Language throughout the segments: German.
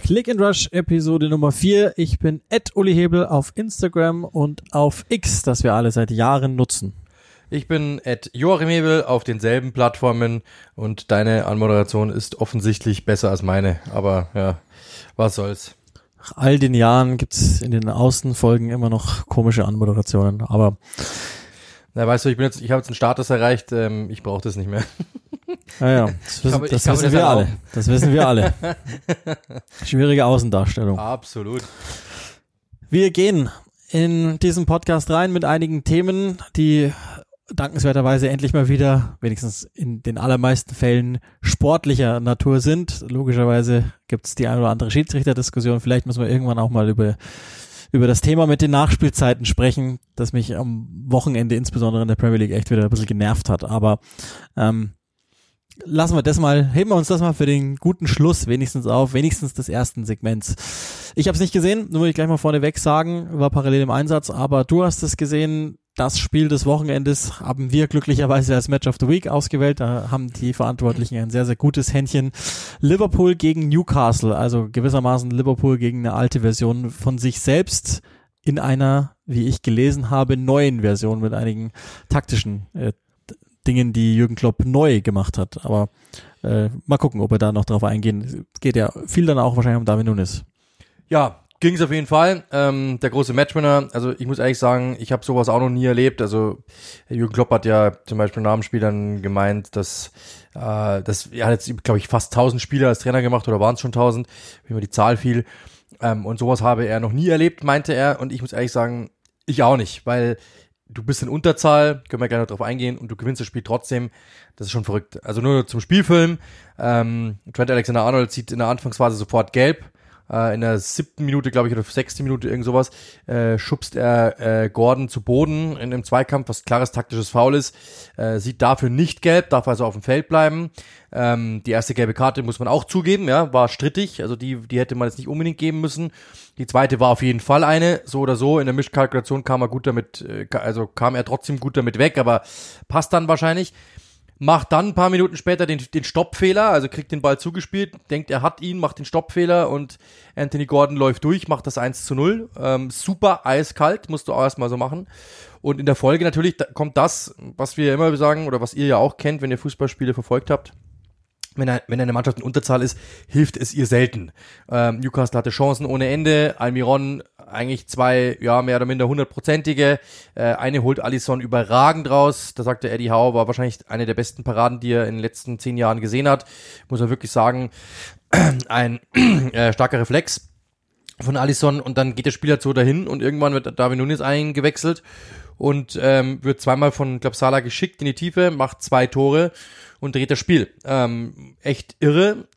Click and Rush Episode Nummer 4. Ich bin @Uli Hebel auf Instagram und auf X, das wir alle seit Jahren nutzen. Ich bin @Joachim Hebel auf denselben Plattformen und deine Anmoderation ist offensichtlich besser als meine, aber ja, was soll's. Nach all den Jahren gibt's in den Außenfolgen immer noch komische Anmoderationen, aber na, weißt du, ich habe jetzt einen Status erreicht, ich brauche das nicht mehr. Naja, das wissen wir alle. Das wissen wir alle. Schwierige Außendarstellung. Absolut. Wir gehen in diesen Podcast rein mit einigen Themen, die dankenswerterweise endlich mal wieder, wenigstens in den allermeisten Fällen, sportlicher Natur sind. Logischerweise gibt es die ein oder andere Schiedsrichterdiskussion. Vielleicht müssen wir irgendwann auch mal über das Thema mit den Nachspielzeiten sprechen, das mich am Wochenende insbesondere in der Premier League echt wieder ein bisschen genervt hat. Aber heben wir uns das mal für den guten Schluss wenigstens des ersten Segments. Ich habe es nicht gesehen, nur will ich gleich mal vorneweg sagen, war parallel im Einsatz, aber du hast es gesehen. Das Spiel des Wochenendes haben wir glücklicherweise als Match of the Week ausgewählt. Da haben die Verantwortlichen ein sehr, sehr gutes Händchen. Liverpool gegen Newcastle, also gewissermaßen Liverpool gegen eine alte Version von sich selbst in einer, wie ich gelesen habe, neuen Version mit einigen taktischen Dingen, die Jürgen Klopp neu gemacht hat. Aber mal gucken, ob wir da noch drauf eingehen. Es geht ja viel dann auch wahrscheinlich um Darwin Núñez. Ja, ging es auf jeden Fall. Der große Matchwinner, also ich muss ehrlich sagen, ich habe sowas auch noch nie erlebt. Also Jürgen Klopp hat ja zum Beispiel nach dem Spiel dann gemeint, dass er hat jetzt, glaube ich, fast 1000 Spiele als Trainer gemacht oder waren es schon 1000, wie mir die Zahl fiel. Und sowas habe er noch nie erlebt, meinte er. Und ich muss ehrlich sagen, ich auch nicht, weil du bist in Unterzahl, können wir gerne noch drauf eingehen, und du gewinnst das Spiel trotzdem. Das ist schon verrückt. Also nur zum Spielfilm. Trent Alexander-Arnold sieht in der Anfangsphase sofort gelb. In der 7. Minute, glaube ich, oder 6. Minute, irgend sowas, schubst er Gordon zu Boden in einem Zweikampf, was klares taktisches Foul ist. Sieht dafür nicht gelb, darf also auf dem Feld bleiben. Die erste gelbe Karte muss man auch zugeben, ja, war strittig, also die hätte man jetzt nicht unbedingt geben müssen. Die zweite war auf jeden Fall eine, so oder so. In der Mischkalkulation kam er trotzdem gut damit weg, aber passt dann wahrscheinlich. Macht dann ein paar Minuten später den Stoppfehler, also kriegt den Ball zugespielt, denkt, er hat ihn, macht den Stoppfehler und Anthony Gordon läuft durch, macht das 1:0. Super eiskalt, musst du auch erstmal so machen. Und in der Folge natürlich kommt das, was wir immer sagen oder was ihr ja auch kennt, wenn ihr Fußballspiele verfolgt habt. Wenn eine Mannschaft in Unterzahl ist, hilft es ihr selten. Newcastle hatte Chancen ohne Ende, Almiron eigentlich 2, ja, mehr oder minder 100%ige. Eine holt Alisson überragend raus. Da sagte Eddie Howe, war wahrscheinlich eine der besten Paraden, die er in den letzten 10 Jahren gesehen hat. Muss man wirklich sagen, ein starker Reflex von Alisson. Und dann geht der Spieler so dahin und irgendwann wird Darwin Núñez eingewechselt und wird zweimal von Salah geschickt in die Tiefe, macht 2 Tore und dreht das Spiel. Echt irre.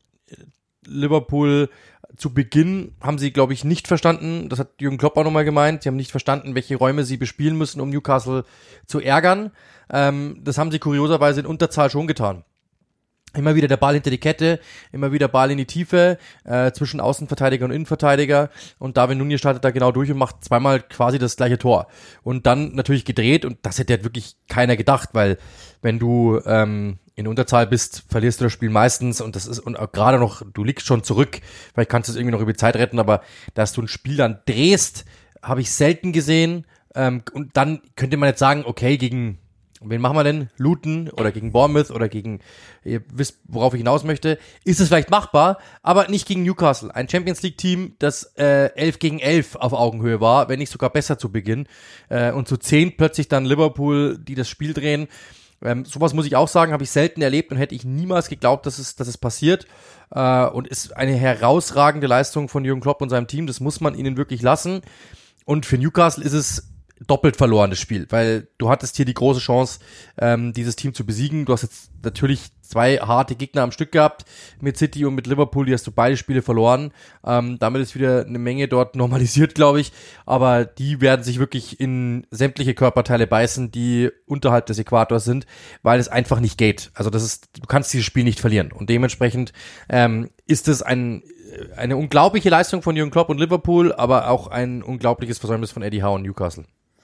Liverpool zu Beginn haben sie, glaube ich, nicht verstanden, das hat Jürgen Klopp auch nochmal gemeint, sie haben nicht verstanden, welche Räume sie bespielen müssen, um Newcastle zu ärgern. Das haben sie kurioserweise in Unterzahl schon getan. Immer wieder der Ball hinter die Kette, immer wieder Ball in die Tiefe, zwischen Außenverteidiger und Innenverteidiger, und Darwin Núñez startet da genau durch und macht zweimal quasi das gleiche Tor. Und dann natürlich gedreht, und das hätte halt wirklich keiner gedacht, weil wenn du in Unterzahl bist, verlierst du das Spiel meistens, und das ist, und auch gerade noch, du liegst schon zurück, vielleicht kannst du es irgendwie noch über die Zeit retten, aber dass du ein Spiel dann drehst, habe ich selten gesehen, und dann könnte man jetzt sagen, okay, gegen wen machen wir denn? Luton oder gegen Bournemouth oder gegen, ihr wisst, worauf ich hinaus möchte, ist es vielleicht machbar, aber nicht gegen Newcastle. Ein Champions-League-Team, das 11 gegen 11 auf Augenhöhe war, wenn nicht sogar besser zu Beginn. Und zu 10 plötzlich dann Liverpool, die das Spiel drehen. Sowas muss ich auch sagen, habe ich selten erlebt und hätte ich niemals geglaubt, dass es passiert. Und ist eine herausragende Leistung von Jürgen Klopp und seinem Team. Das muss man ihnen wirklich lassen. Und für Newcastle ist es doppelt verloren, das Spiel, weil du hattest hier die große Chance, dieses Team zu besiegen. Du hast jetzt natürlich 2 harte Gegner am Stück gehabt, mit City und mit Liverpool, die hast du beide Spiele verloren. Damit ist wieder eine Menge dort normalisiert, glaube ich, aber die werden sich wirklich in sämtliche Körperteile beißen, die unterhalb des Äquators sind, weil es einfach nicht geht. Also du kannst dieses Spiel nicht verlieren, und dementsprechend ist es eine unglaubliche Leistung von Jürgen Klopp und Liverpool, aber auch ein unglaubliches Versäumnis von Eddie Howe und Newcastle.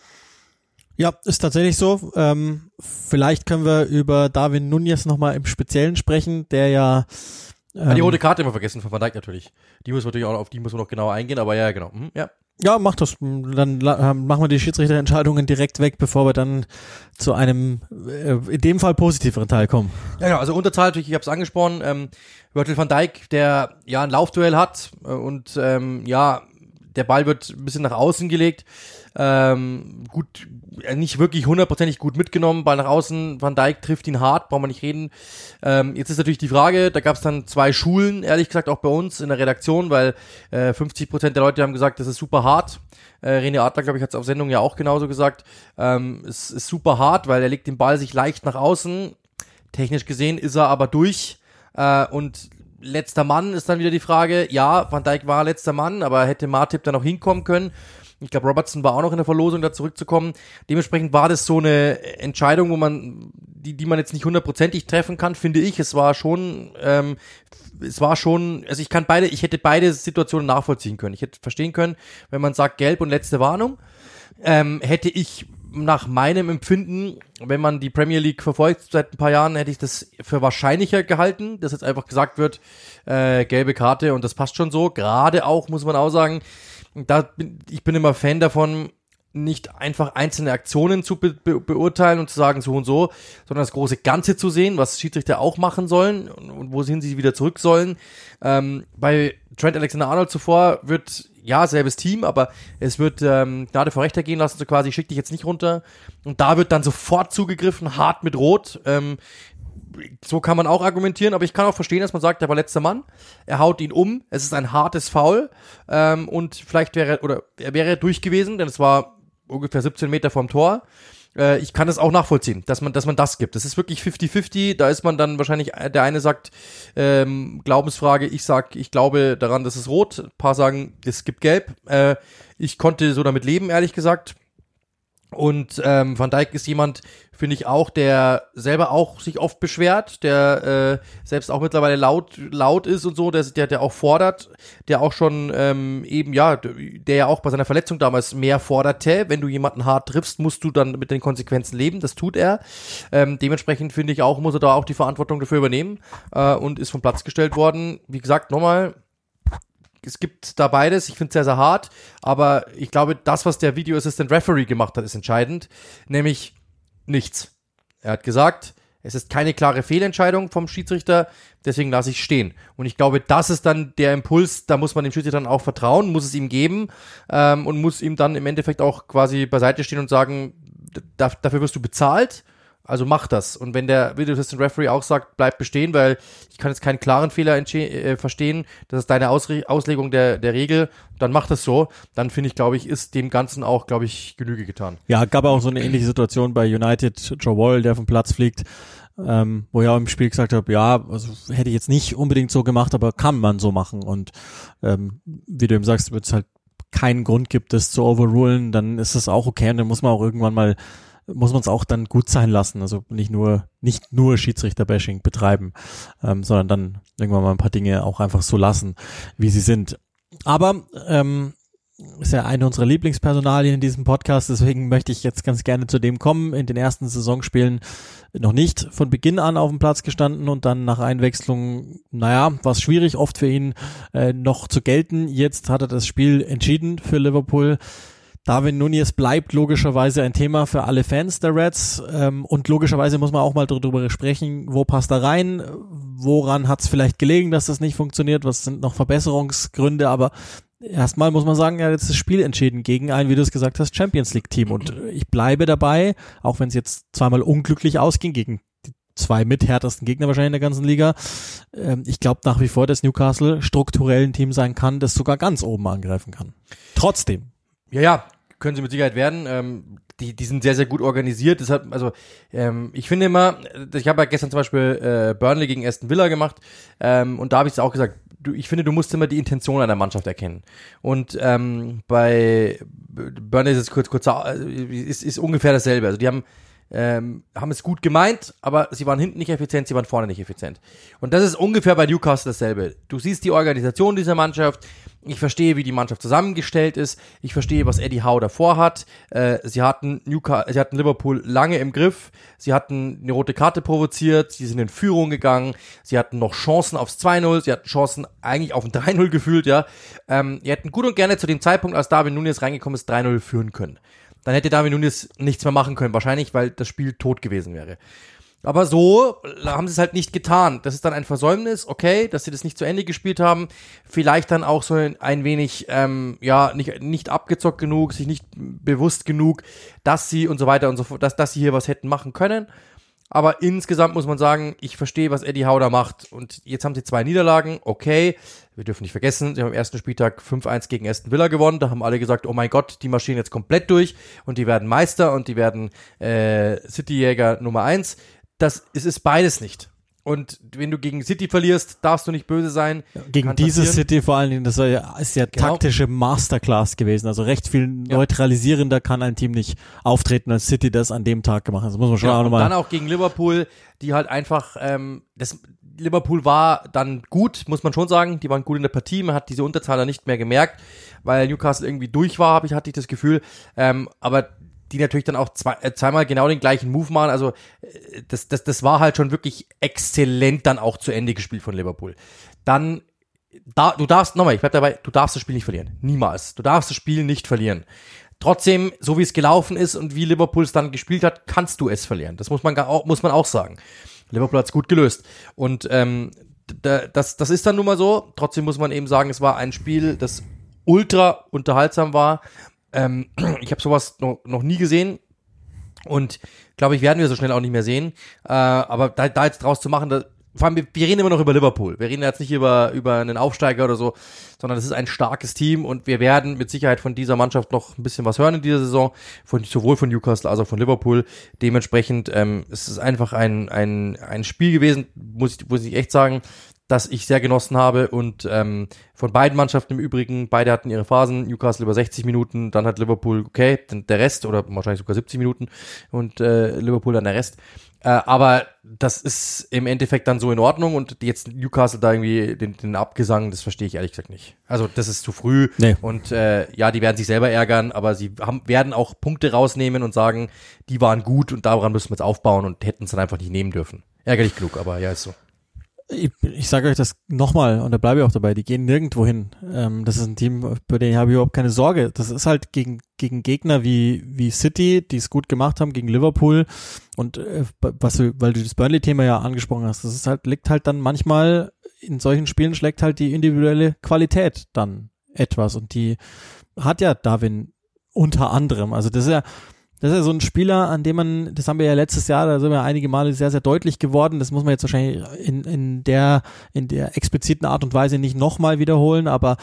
Ja, ist tatsächlich so. Vielleicht können wir über Darwin Núñez nochmal im Speziellen sprechen, der ja Die rote Karte immer vergessen von Van Dijk natürlich. Die muss man natürlich auch, auf die muss man noch genauer eingehen, aber ja, genau. Ja. Ja, mach das. Dann machen wir die Schiedsrichterentscheidungen direkt weg, bevor wir dann zu einem, in dem Fall positiveren Teil kommen. Ja, genau. Also Unterzahl natürlich, ich habe es angesprochen. Virgil van Dijk, der ja ein Laufduell hat und der Ball wird ein bisschen nach außen gelegt. Gut, nicht wirklich hundertprozentig gut mitgenommen, Ball nach außen, Van Dijk trifft ihn hart, brauchen wir nicht reden. Jetzt ist natürlich die Frage, da gab es dann 2 Schulen, ehrlich gesagt auch bei uns in der Redaktion, weil 50% der Leute haben gesagt, das ist super hart. René Adler, glaube ich, hat es auf Sendung ja auch genauso gesagt. Es ist super hart, weil er legt den Ball sich leicht nach außen. Technisch gesehen ist er aber durch und letzter Mann ist dann wieder die Frage, ja, Van Dijk war letzter Mann, aber hätte Matip dann auch hinkommen können. Ich glaube, Robertson war auch noch in der Verlosung, da zurückzukommen. Dementsprechend war das so eine Entscheidung, wo man, die man jetzt nicht hundertprozentig treffen kann, finde ich. Es war schon, also ich hätte beide Situationen nachvollziehen können. Ich hätte verstehen können, wenn man sagt gelb und letzte Warnung, hätte ich nach meinem Empfinden, wenn man die Premier League verfolgt seit ein paar Jahren, hätte ich das für wahrscheinlicher gehalten, dass jetzt einfach gesagt wird, gelbe Karte und das passt schon so. Gerade auch, muss man auch sagen, ich bin immer Fan davon, nicht einfach einzelne Aktionen zu beurteilen und zu sagen so und so, sondern das große Ganze zu sehen, was Schiedsrichter auch machen sollen und wohin sie wieder zurück sollen. Bei Trent Alexander-Arnold zuvor wird, ja, selbes Team, aber es wird Gnade vor Recht gehen lassen, so quasi, ich schick dich jetzt nicht runter. Und da wird dann sofort zugegriffen, hart mit Rot. So kann man auch argumentieren, aber ich kann auch verstehen, dass man sagt, er war letzter Mann, er haut ihn um, es ist ein hartes Foul und vielleicht er wäre durch gewesen, denn es war ungefähr 17 Meter vom Tor. Ich kann es auch nachvollziehen, dass man das gibt. Das ist wirklich 50-50, da ist man dann wahrscheinlich, der eine sagt Glaubensfrage, ich glaube daran, das ist rot, ein paar sagen, es gibt gelb. Ich konnte so damit leben, ehrlich gesagt. Und Van Dijk ist jemand, finde ich auch, der selber auch sich oft beschwert, der selbst auch mittlerweile laut ist und so, der auch fordert, der auch schon der ja auch bei seiner Verletzung damals mehr forderte. Wenn du jemanden hart triffst, musst du dann mit den Konsequenzen leben. Das tut er. Dementsprechend finde ich auch, muss er da auch die Verantwortung dafür übernehmen und ist vom Platz gestellt worden. Wie gesagt, nochmal, es gibt da beides, ich finde es sehr, sehr hart, aber ich glaube, das, was der Video Assistant Referee gemacht hat, ist entscheidend, nämlich nichts. Er hat gesagt, es ist keine klare Fehlentscheidung vom Schiedsrichter, deswegen lasse ich stehen. Und ich glaube, das ist dann der Impuls, da muss man dem Schiedsrichter dann auch vertrauen, muss es ihm geben und muss ihm dann im Endeffekt auch quasi beiseite stehen und sagen, dafür wirst du bezahlt, also mach das. Und wenn der Video Assistant Referee auch sagt, bleib bestehen, weil ich kann jetzt keinen klaren Fehler verstehen, das ist deine Auslegung der Regel, dann mach das so. Dann finde ich, glaube ich, ist dem Ganzen auch, glaube ich, Genüge getan. Ja, gab auch so eine ähnliche Situation bei United, Joe Wall, der vom Platz fliegt, wo ich auch im Spiel gesagt habe, ja, also hätte ich jetzt nicht unbedingt so gemacht, aber kann man so machen. Und wie du eben sagst, wenn es halt keinen Grund gibt, das zu overrulen, dann ist das auch okay und dann muss man auch irgendwann mal muss man es auch dann gut sein lassen, also nicht nur Schiedsrichter-Bashing betreiben, sondern dann irgendwann mal ein paar Dinge auch einfach so lassen, wie sie sind. Aber ist ja eine unserer Lieblingspersonalien in diesem Podcast, deswegen möchte ich jetzt ganz gerne zu dem kommen. In den ersten Saisonspielen noch nicht von Beginn an auf dem Platz gestanden und dann nach Einwechslung, war es schwierig, oft für ihn noch zu gelten. Jetzt hat er das Spiel entschieden für Liverpool. Darwin Núñez bleibt logischerweise ein Thema für alle Fans der Reds und logischerweise muss man auch mal darüber sprechen, wo passt er rein, woran hat es vielleicht gelegen, dass das nicht funktioniert, was sind noch Verbesserungsgründe, aber erstmal muss man sagen, er hat jetzt das Spiel entschieden gegen ein, wie du es gesagt hast, Champions League Team und ich bleibe dabei, auch wenn es jetzt zweimal unglücklich ausging gegen die 2 mithärtesten Gegner wahrscheinlich in der ganzen Liga. Ich glaube nach wie vor, dass Newcastle strukturell ein Team sein kann, das sogar ganz oben angreifen kann. Trotzdem. Ja, können sie mit Sicherheit werden. Die sind sehr, sehr gut organisiert. Deshalb, ich finde immer, ich habe ja gestern zum Beispiel Burnley gegen Aston Villa gemacht und da habe ich es auch gesagt, ich finde, du musst immer die Intention einer Mannschaft erkennen. Und bei Burnley ist es ist ungefähr dasselbe. Also die haben haben es gut gemeint, aber sie waren hinten nicht effizient, sie waren vorne nicht effizient. Und das ist ungefähr bei Newcastle dasselbe. Du siehst die Organisation dieser Mannschaft, ich verstehe, wie die Mannschaft zusammengestellt ist, ich verstehe, was Eddie Howe davor hat. Sie hatten Liverpool lange im Griff, sie hatten eine rote Karte provoziert, sie sind in Führung gegangen, sie hatten noch Chancen aufs 2-0, sie hatten Chancen eigentlich auf ein 3-0 gefühlt, ja. Die hätten gut und gerne zu dem Zeitpunkt, als Darwin Núñez reingekommen ist, 3-0 führen können. Dann hätte Darwin Núñez nichts mehr machen können, wahrscheinlich, weil das Spiel tot gewesen wäre. Aber so haben sie es halt nicht getan. Das ist dann ein Versäumnis, okay, dass sie das nicht zu Ende gespielt haben. Vielleicht dann auch so ein wenig, nicht abgezockt genug, sich nicht bewusst genug, dass sie und so weiter und so fort, dass sie hier was hätten machen können. Aber insgesamt muss man sagen, ich verstehe, was Eddie Howe da macht. Und jetzt haben sie 2 Niederlagen, okay. Wir dürfen nicht vergessen, sie haben am ersten Spieltag 5-1 gegen Aston Villa gewonnen. Da haben alle gesagt, oh mein Gott, die marschieren jetzt komplett durch und die werden Meister und die werden City-Jäger Nummer 1. Es ist beides nicht. Und wenn du gegen City verlierst, darfst du nicht böse sein. Ja, gegen dieses City vor allen Dingen, das ist ja genau. Taktische Masterclass gewesen. Also recht viel neutralisierender kann ein Team nicht auftreten, als City das an dem Tag gemacht hat. Das muss man schon auch nochmal. Und dann auch gegen Liverpool, die halt einfach, Liverpool war dann gut, muss man schon sagen. Die waren gut in der Partie. Man hat diese Unterzahl nicht mehr gemerkt, weil Newcastle irgendwie durch war, hatte ich das Gefühl. Aber die natürlich dann auch zweimal genau den gleichen Move machen. Also das war halt schon wirklich exzellent dann auch zu Ende gespielt von Liverpool. Dann, du darfst das Spiel nicht verlieren. Niemals. Du darfst das Spiel nicht verlieren. Trotzdem, so wie es gelaufen ist und wie Liverpool es dann gespielt hat, kannst du es verlieren. Das muss man auch sagen. Liverpool hat es gut gelöst. Und das ist dann nun mal so. Trotzdem muss man eben sagen, es war ein Spiel, das ultra unterhaltsam war. Ich habe sowas noch nie gesehen und glaube ich, werden wir so schnell auch nicht mehr sehen. Aber da jetzt draus zu machen, vor allem, wir reden immer noch über Liverpool. Wir reden jetzt nicht über einen Aufsteiger oder so, sondern es ist ein starkes Team und wir werden mit Sicherheit von dieser Mannschaft noch ein bisschen was hören in dieser Saison, sowohl von Newcastle als auch von Liverpool. Dementsprechend es ist einfach ein Spiel gewesen, muss ich echt sagen, das ich sehr genossen habe und von beiden Mannschaften im Übrigen, beide hatten ihre Phasen, Newcastle über 60 Minuten, dann hat Liverpool, okay, der Rest oder wahrscheinlich sogar 70 Minuten und Liverpool dann der Rest. Aber das ist im Endeffekt dann so in Ordnung und jetzt Newcastle da irgendwie den Abgesang, das verstehe ich ehrlich gesagt nicht. Also das ist zu früh und die werden sich selber ärgern, aber sie werden auch Punkte rausnehmen und sagen, die waren gut und daran müssen wir jetzt aufbauen und hätten es dann einfach nicht nehmen dürfen. Ärgerlich klug, aber ja, ist so. Ich sage euch das nochmal und da bleibe ich auch dabei, die gehen nirgendwo hin. Das ist ein Team, bei dem habe ich überhaupt keine Sorge. Das ist halt gegen Gegner wie City, die es gut gemacht haben, gegen Liverpool und weil du das Burnley-Thema ja angesprochen hast, liegt halt dann manchmal in solchen Spielen schlägt halt die individuelle Qualität dann etwas und die hat ja Darwin unter anderem. Also das ist ja so ein Spieler, an dem das haben wir ja letztes Jahr, da sind wir einige Male sehr, sehr deutlich geworden. Das muss man jetzt wahrscheinlich in der expliziten Art und Weise nicht nochmal wiederholen, aber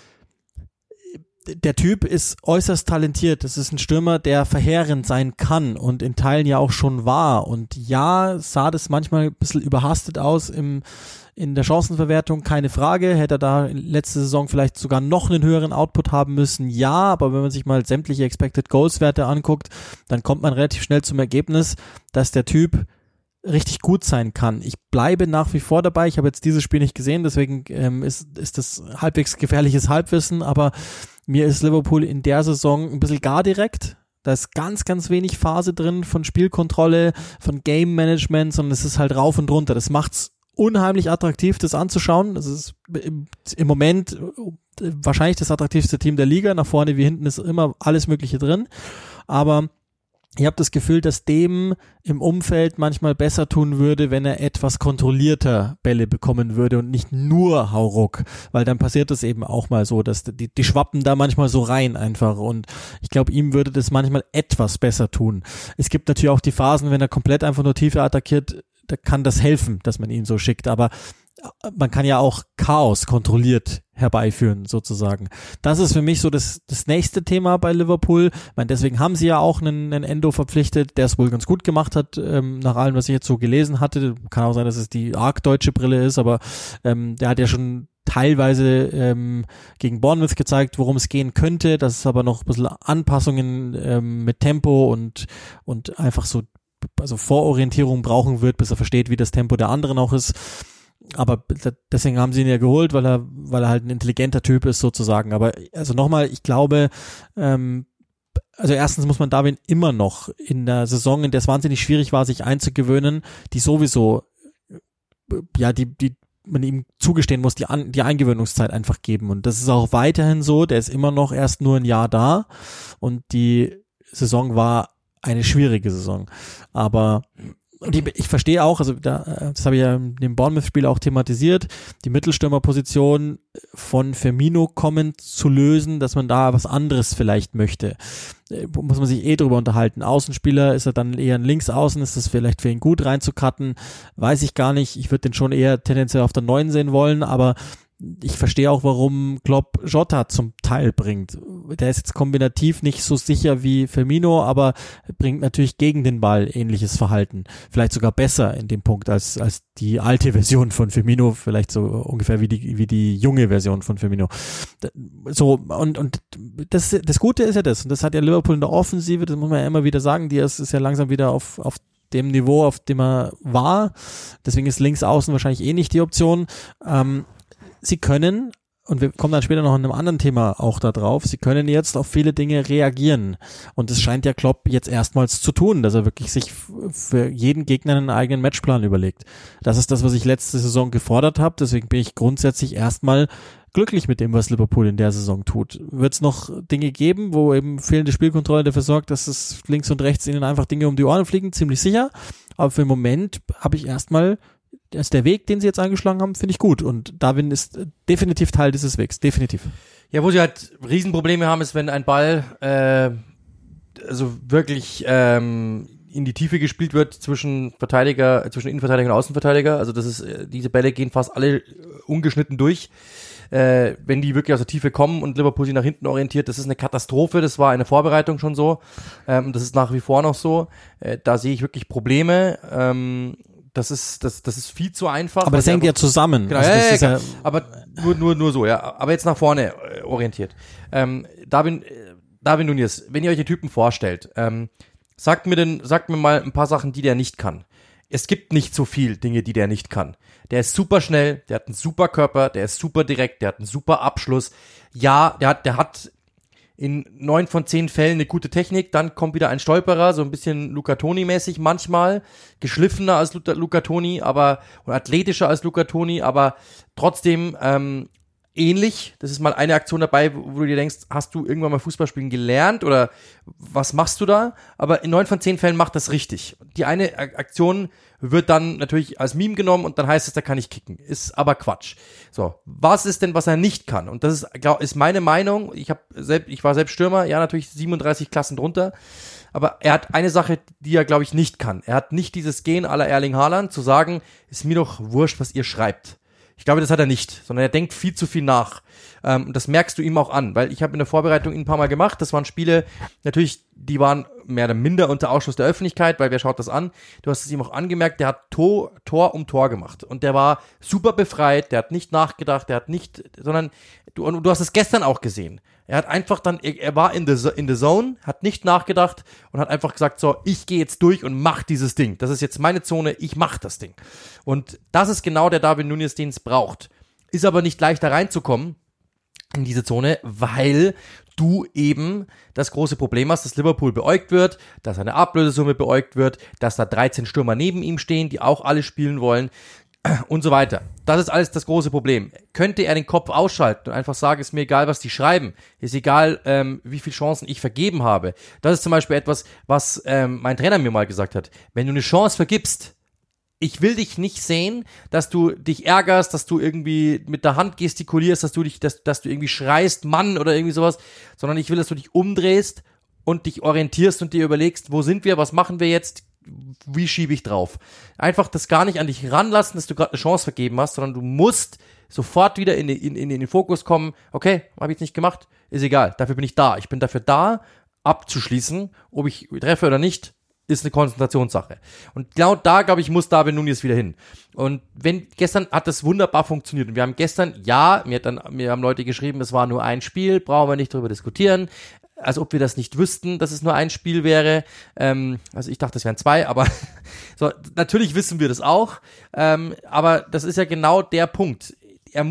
der Typ ist äußerst talentiert. Das ist ein Stürmer, der verheerend sein kann und in Teilen ja auch schon war. Und ja, sah das manchmal ein bisschen überhastet aus in der Chancenverwertung, keine Frage. Hätte er da letzte Saison vielleicht sogar noch einen höheren Output haben müssen? Ja, aber wenn man sich mal sämtliche Expected Goals Werte anguckt, dann kommt man relativ schnell zum Ergebnis, dass der Typ richtig gut sein kann. Ich bleibe nach wie vor dabei. Ich habe jetzt dieses Spiel nicht gesehen, deswegen ist das halbwegs gefährliches Halbwissen, aber mir ist Liverpool in der Saison ein bisschen gar direkt. Da ist ganz, ganz wenig Phase drin von Spielkontrolle, von Game Management, sondern es ist halt rauf und runter. Das macht's unheimlich attraktiv, das anzuschauen. Das ist im Moment wahrscheinlich das attraktivste Team der Liga. Nach vorne wie hinten ist immer alles Mögliche drin. Aber ich habe das Gefühl, dass dem im Umfeld manchmal besser tun würde, wenn er etwas kontrollierter Bälle bekommen würde und nicht nur Hauruck, weil dann passiert es eben auch mal so, dass die schwappen da manchmal so rein einfach und ich glaube, ihm würde das manchmal etwas besser tun. Es gibt natürlich auch die Phasen, wenn er komplett einfach nur Tiefe attackiert, da kann das helfen, dass man ihn so schickt, aber man kann ja auch Chaos kontrolliert herbeiführen, sozusagen. Das ist für mich so das nächste Thema bei Liverpool. Ich meine, deswegen haben sie ja auch einen Endo verpflichtet, der es wohl ganz gut gemacht hat, nach allem, was ich jetzt so gelesen hatte. Kann auch sein, dass es die arg deutsche Brille ist, aber der hat ja schon teilweise gegen Bournemouth gezeigt, worum es gehen könnte. Das ist aber noch ein bisschen Anpassungen mit Tempo und einfach so also Vororientierung brauchen wird, bis er versteht, wie das Tempo der anderen auch ist. Aber deswegen haben sie ihn ja geholt, weil er halt ein intelligenter Typ ist sozusagen. Aber also nochmal, ich glaube, also erstens muss man Darwin immer noch in der Saison, in der es wahnsinnig schwierig war, sich einzugewöhnen, die sowieso, ja, die man ihm zugestehen muss, die Eingewöhnungszeit einfach geben. Und das ist auch weiterhin so, der ist immer noch erst nur ein Jahr da und die Saison war eine schwierige Saison. Aber und ich verstehe auch, also das habe ich ja in dem Bournemouth-Spiel auch thematisiert, die Mittelstürmerposition von Firmino kommend zu lösen, dass man da was anderes vielleicht möchte. Muss man sich drüber unterhalten. Außenspieler, ist er dann eher ein Linksaußen, ist das vielleicht für ihn gut reinzucutten? Weiß ich gar nicht. Ich würde den schon eher tendenziell auf der 9 sehen wollen, aber ich verstehe auch, warum Klopp Jota zum Teil bringt. Der ist jetzt kombinativ nicht so sicher wie Firmino, aber bringt natürlich gegen den Ball ähnliches Verhalten. Vielleicht sogar besser in dem Punkt als die alte Version von Firmino, vielleicht so ungefähr wie die junge Version von Firmino. So, und das Gute ist ja das, und das hat ja Liverpool in der Offensive, das muss man ja immer wieder sagen, die ist ja langsam wieder auf dem Niveau, auf dem er war. Deswegen ist links außen wahrscheinlich nicht die Option. Sie können, und wir kommen dann später noch in einem anderen Thema auch da drauf, sie können jetzt auf viele Dinge reagieren. Und es scheint ja Klopp jetzt erstmals zu tun, dass er wirklich sich für jeden Gegner einen eigenen Matchplan überlegt. Das ist das, was ich letzte Saison gefordert habe. Deswegen bin ich grundsätzlich erstmal glücklich mit dem, was Liverpool in der Saison tut. Wird es noch Dinge geben, wo eben fehlende Spielkontrolle dafür sorgt, dass es links und rechts ihnen einfach Dinge um die Ohren fliegen? Ziemlich sicher. Aber für den Moment habe ich erstmal, also der Weg, den sie jetzt eingeschlagen haben, finde ich gut. Und Darwin ist definitiv Teil dieses Wegs. Definitiv. Ja, wo sie halt Riesenprobleme haben, ist, wenn ein Ball also wirklich in die Tiefe gespielt wird zwischen Innenverteidiger und Außenverteidiger. Also das ist, diese Bälle gehen fast alle ungeschnitten durch. Wenn die wirklich aus der Tiefe kommen und Liverpool sie nach hinten orientiert, das ist eine Katastrophe. Das war in der Vorbereitung schon so. Das ist nach wie vor noch so. Da sehe ich wirklich Probleme. Das ist viel zu einfach. Aber das hängt ja zusammen. Genau, also das ist ja. Aber nur so, ja. Aber jetzt nach vorne orientiert. Darwin Núñez, wenn ihr euch den Typen vorstellt, sagt mir mal ein paar Sachen, die der nicht kann. Es gibt nicht so viel Dinge, die der nicht kann. Der ist super schnell, der hat einen super Körper, der ist super direkt, der hat einen super Abschluss. Ja, der hat in 9 von 10 Fällen eine gute Technik, dann kommt wieder ein Stolperer, so ein bisschen Luca Toni-mäßig manchmal, geschliffener als Luca Toni, oder athletischer als Luca Toni, aber trotzdem ähnlich. Das ist mal eine Aktion dabei, wo du dir denkst, hast du irgendwann mal Fußballspielen gelernt oder was machst du da? Aber in 9 von 10 Fällen macht das richtig. Die eine Aktion wird dann natürlich als Meme genommen und dann heißt es, da kann ich kicken. Ist aber Quatsch. So, was ist denn, was er nicht kann? Und das ist meine Meinung. Ich war selbst Stürmer, ja, natürlich 37 Klassen drunter. Aber er hat eine Sache, die er, glaube ich, nicht kann. Er hat nicht dieses Gehen à la Erling Haaland, zu sagen, ist mir doch wurscht, was ihr schreibt. Ich glaube, das hat er nicht, sondern er denkt viel zu viel nach. Und das merkst du ihm auch an, weil ich habe in der Vorbereitung ihn ein paar Mal gemacht. Das waren Spiele, natürlich, die waren mehr oder minder unter Ausschluss der Öffentlichkeit, weil wer schaut das an? Du hast es ihm auch angemerkt, der hat Tor um Tor gemacht. Und der war super befreit, der hat nicht nachgedacht, sondern du hast es gestern auch gesehen. Er hat einfach er war in the zone, hat nicht nachgedacht und hat einfach gesagt, so, ich gehe jetzt durch und mach dieses Ding. Das ist jetzt meine Zone, ich mach das Ding. Und das ist genau der Darwin Núñez, den es braucht. Ist aber nicht leicht da reinzukommen in diese Zone, weil du eben das große Problem hast, dass Liverpool beäugt wird, dass eine Ablösesumme beäugt wird, dass da 13 Stürmer neben ihm stehen, die auch alle spielen wollen. Und so weiter. Das ist alles das große Problem. Könnte er den Kopf ausschalten und einfach sagen, ist mir egal, was die schreiben, ist egal, wie viele Chancen ich vergeben habe. Das ist zum Beispiel etwas, was mein Trainer mir mal gesagt hat. Wenn du eine Chance vergibst, ich will dich nicht sehen, dass du dich ärgerst, dass du irgendwie mit der Hand gestikulierst, dass du irgendwie schreist, Mann oder irgendwie sowas, sondern ich will, dass du dich umdrehst und dich orientierst und dir überlegst, wo sind wir, was machen wir jetzt, wie schiebe ich drauf? Einfach das gar nicht an dich ranlassen, dass du gerade eine Chance vergeben hast, sondern du musst sofort wieder in den Fokus kommen. Okay, habe ich jetzt nicht gemacht, ist egal, dafür bin ich da. Ich bin dafür da, abzuschließen, ob ich treffe oder nicht, ist eine Konzentrationssache. Und genau da, glaube ich, muss Darwin Núñez wieder hin. Und gestern hat das wunderbar funktioniert. Und wir haben gestern, mir haben Leute geschrieben, es war nur ein Spiel, brauchen wir nicht darüber diskutieren. als ob wir das nicht wüssten, dass es nur ein Spiel wäre. Also ich dachte, es wären 2, aber so, natürlich wissen wir das auch. Aber das ist ja genau der Punkt. Er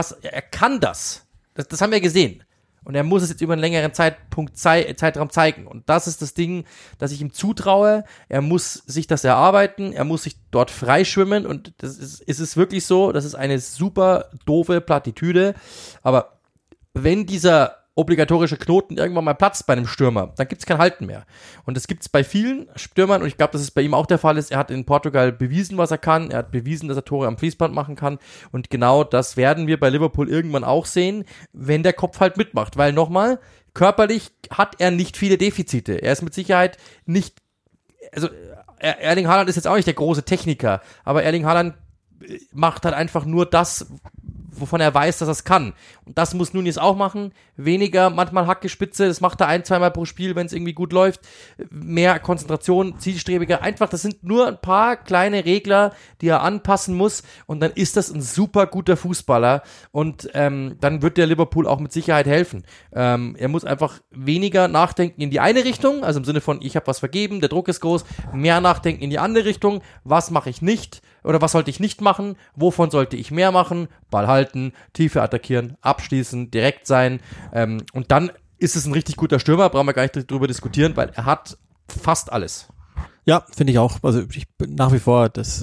kann das. Das haben wir gesehen. Und er muss es jetzt über einen längeren Zeitraum zeigen. Und das ist das Ding, das ich ihm zutraue. Er muss sich das erarbeiten. Er muss sich dort freischwimmen. Und es ist wirklich so, das ist eine super doofe Plattitüde. Aber wenn dieser obligatorische Knoten irgendwann mal platzt bei einem Stürmer, dann gibt's kein Halten mehr. Und das gibt's bei vielen Stürmern und ich glaube, dass es bei ihm auch der Fall ist. Er hat in Portugal bewiesen, was er kann. Er hat bewiesen, dass er Tore am Fließband machen kann. Und genau das werden wir bei Liverpool irgendwann auch sehen, wenn der Kopf halt mitmacht. Weil nochmal, körperlich hat er nicht viele Defizite. Er ist mit Sicherheit nicht, also Erling Haaland ist jetzt auch nicht der große Techniker, aber Erling Haaland macht halt einfach nur das, wovon er weiß, dass er es kann. Und das muss Nunez auch machen. Weniger, manchmal Hackespitze, das macht er 1-2 Mal pro Spiel, wenn es irgendwie gut läuft. Mehr Konzentration, zielstrebiger. Einfach, das sind nur ein paar kleine Regler, die er anpassen muss. Und dann ist das ein super guter Fußballer. Und dann wird der Liverpool auch mit Sicherheit helfen. Er muss einfach weniger nachdenken in die eine Richtung, also im Sinne von, ich habe was vergeben, der Druck ist groß. Mehr nachdenken in die andere Richtung. Was mache ich nicht? Oder was sollte ich nicht machen? Wovon sollte ich mehr machen? Ball halten, Tiefe attackieren, abschließen, direkt sein. Und dann ist es ein richtig guter Stürmer, brauchen wir gar nicht drüber diskutieren, weil er hat fast alles. Ja, finde ich auch. Also ich bin nach wie vor, das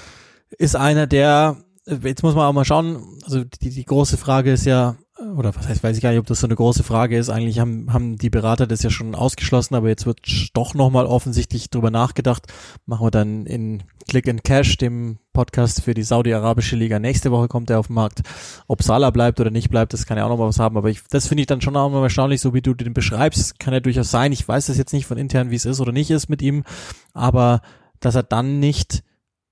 ist einer, der, jetzt muss man auch mal schauen, also die große Frage ist ja, oder was heißt, weiß ich gar nicht, ob das so eine große Frage ist. Eigentlich haben die Berater das ja schon ausgeschlossen, aber jetzt wird doch nochmal offensichtlich drüber nachgedacht. Machen wir dann in Click and Cash, dem Podcast für die Saudi-Arabische Liga. Nächste Woche kommt er auf den Markt. Ob Salah bleibt oder nicht bleibt, das kann ja auch nochmal was haben. Aber das finde ich dann schon auch mal erstaunlich, so wie du den beschreibst. Kann ja durchaus sein. Ich weiß das jetzt nicht von intern, wie es ist oder nicht ist mit ihm. Aber dass er dann nicht,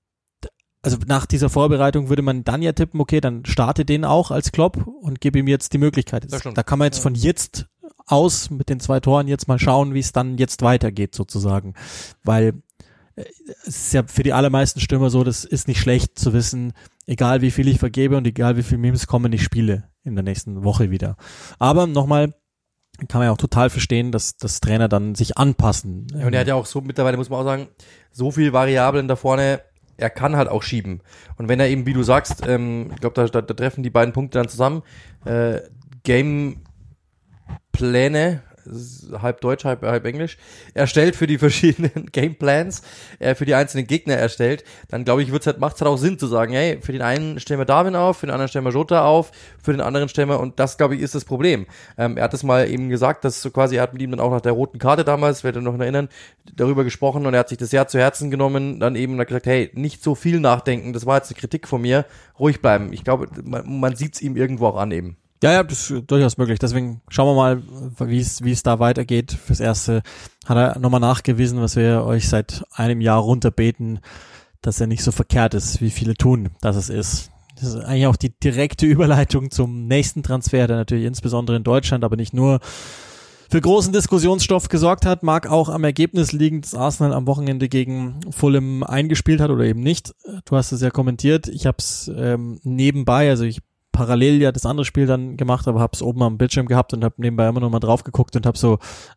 also nach dieser Vorbereitung würde man dann ja tippen, okay, dann starte den auch als Klopp und gebe ihm jetzt die Möglichkeit. Da kann man jetzt von jetzt aus mit den 2 Toren jetzt mal schauen, wie es dann jetzt weitergeht sozusagen. Weil es ist ja für die allermeisten Stürmer so, das ist nicht schlecht zu wissen, egal wie viel ich vergebe und egal wie viel Memes kommen, ich spiele in der nächsten Woche wieder. Aber nochmal, kann man ja auch total verstehen, dass das Trainer dann sich anpassen. Ja, und er hat ja auch so, mittlerweile muss man auch sagen, so viel Variablen da vorne, er kann halt auch schieben. Und wenn er eben, wie du sagst, ich glaube, da treffen die beiden Punkte dann zusammen, Gamepläne, halb Deutsch, halb Englisch, erstellt für die verschiedenen Gameplans, für die einzelnen Gegner erstellt, dann glaube ich, macht es halt auch Sinn zu sagen, hey, für den einen stellen wir Darwin auf, für den anderen stellen wir Jota auf, für den anderen stellen wir, und das, glaube ich, ist das Problem. Er hat es mal eben gesagt, dass so quasi, er hat mit ihm dann auch nach der roten Karte damals, werdet ihr noch erinnern, darüber gesprochen und er hat sich das sehr zu Herzen genommen, dann eben gesagt, hey, nicht so viel nachdenken, das war jetzt eine Kritik von mir, ruhig bleiben. Ich glaube, man sieht es ihm irgendwo auch an eben. Ja, das ist durchaus möglich. Deswegen schauen wir mal, wie es da weitergeht. Fürs Erste hat er nochmal nachgewiesen, was wir euch seit einem Jahr runterbeten, dass er nicht so verkehrt ist, wie viele tun, dass es ist. Das ist eigentlich auch die direkte Überleitung zum nächsten Transfer, der natürlich insbesondere in Deutschland, aber nicht nur, für großen Diskussionsstoff gesorgt hat. Mag auch am Ergebnis liegen, dass Arsenal am Wochenende gegen Fulham eingespielt hat oder eben nicht. Du hast es ja kommentiert. Ich habe es nebenbei, also ich parallel ja das andere Spiel dann gemacht, aber habe es oben am Bildschirm gehabt und habe nebenbei immer noch mal drauf geguckt und habe so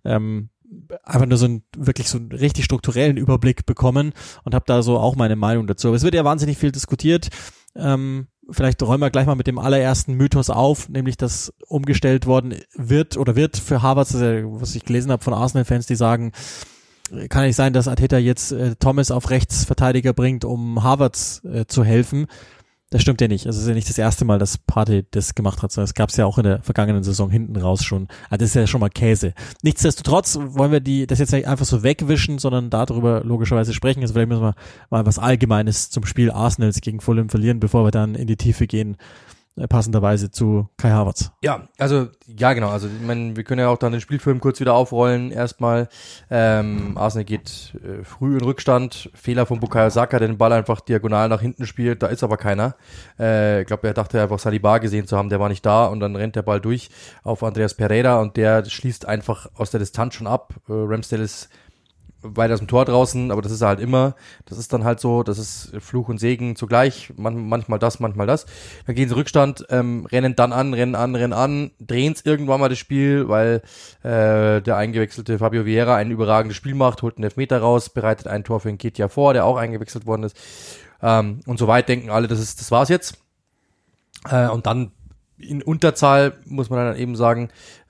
einfach nur so einen richtig strukturellen Überblick bekommen und habe da so auch meine Meinung dazu. Aber es wird ja wahnsinnig viel diskutiert. Vielleicht räumen wir gleich mal mit dem allerersten Mythos auf, nämlich dass umgestellt worden wird für Havertz, was ich gelesen habe von Arsenal-Fans, die sagen, kann nicht sein, dass Arteta jetzt Thomas auf Rechtsverteidiger bringt, um Havertz zu helfen. Das stimmt ja nicht. Also es ist ja nicht das erste Mal, dass Partey das gemacht hat, sondern es gab es ja auch in der vergangenen Saison hinten raus schon. Also das ist ja schon mal Käse. Nichtsdestotrotz wollen wir das jetzt nicht einfach so wegwischen, sondern darüber logischerweise sprechen. Also vielleicht müssen wir mal was Allgemeines zum Spiel Arsenals gegen Fulham verlieren, bevor wir dann in die Tiefe gehen, passenderweise zu Kai Havertz. Ja, genau. Also ich meine, wir können ja auch dann den Spielfilm kurz wieder aufrollen. Erstmal, Arsenal geht früh in Rückstand. Fehler von Bukayo Saka, der den Ball einfach diagonal nach hinten spielt. Da ist aber keiner. Ich glaube, er dachte einfach Saliba gesehen zu haben, der war nicht da. Und dann rennt der Ball durch auf Andreas Pereira und der schließt einfach aus der Distanz schon ab. Ramsdale ist weit aus dem Tor draußen, aber das ist halt immer, das ist dann halt so, das ist Fluch und Segen zugleich, manchmal das, manchmal das. Dann gehen sie Rückstand, rennen an, drehen es irgendwann mal das Spiel, weil der eingewechselte Fabio Vieira ein überragendes Spiel macht, holt einen Elfmeter raus, bereitet ein Tor für Nketiah vor, der auch eingewechselt worden ist. Und so weit denken alle, das war's jetzt. Und dann in Unterzahl, muss man dann eben sagen,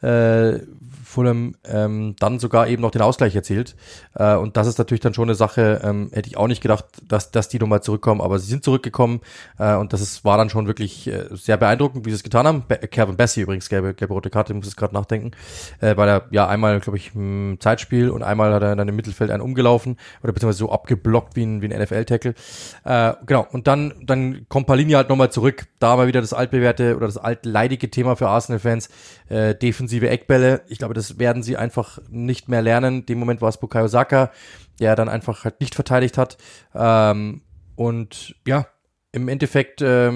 Fulham dann sogar eben noch den Ausgleich erzielt. Und das ist natürlich dann schon eine Sache, hätte ich auch nicht gedacht, dass die nochmal zurückkommen, aber sie sind zurückgekommen und war dann schon wirklich sehr beeindruckend, wie sie es getan haben. Kevin Bassey übrigens, gelbe rote Karte, ich muss es gerade nachdenken, weil er ja einmal, glaube ich, im Zeitspiel und einmal hat er dann im Mittelfeld einen umgelaufen oder beziehungsweise so abgeblockt wie ein NFL-Tackle. Genau, und dann kommt Palhinha halt nochmal zurück, da mal wieder das altbewährte oder das altleidige Thema für Arsenal-Fans, defensive Eckbälle. Ich glaube, das werden sie einfach nicht mehr lernen. In dem Moment war es Bukayo Saka, der dann einfach halt nicht verteidigt hat. Und ja, im Endeffekt,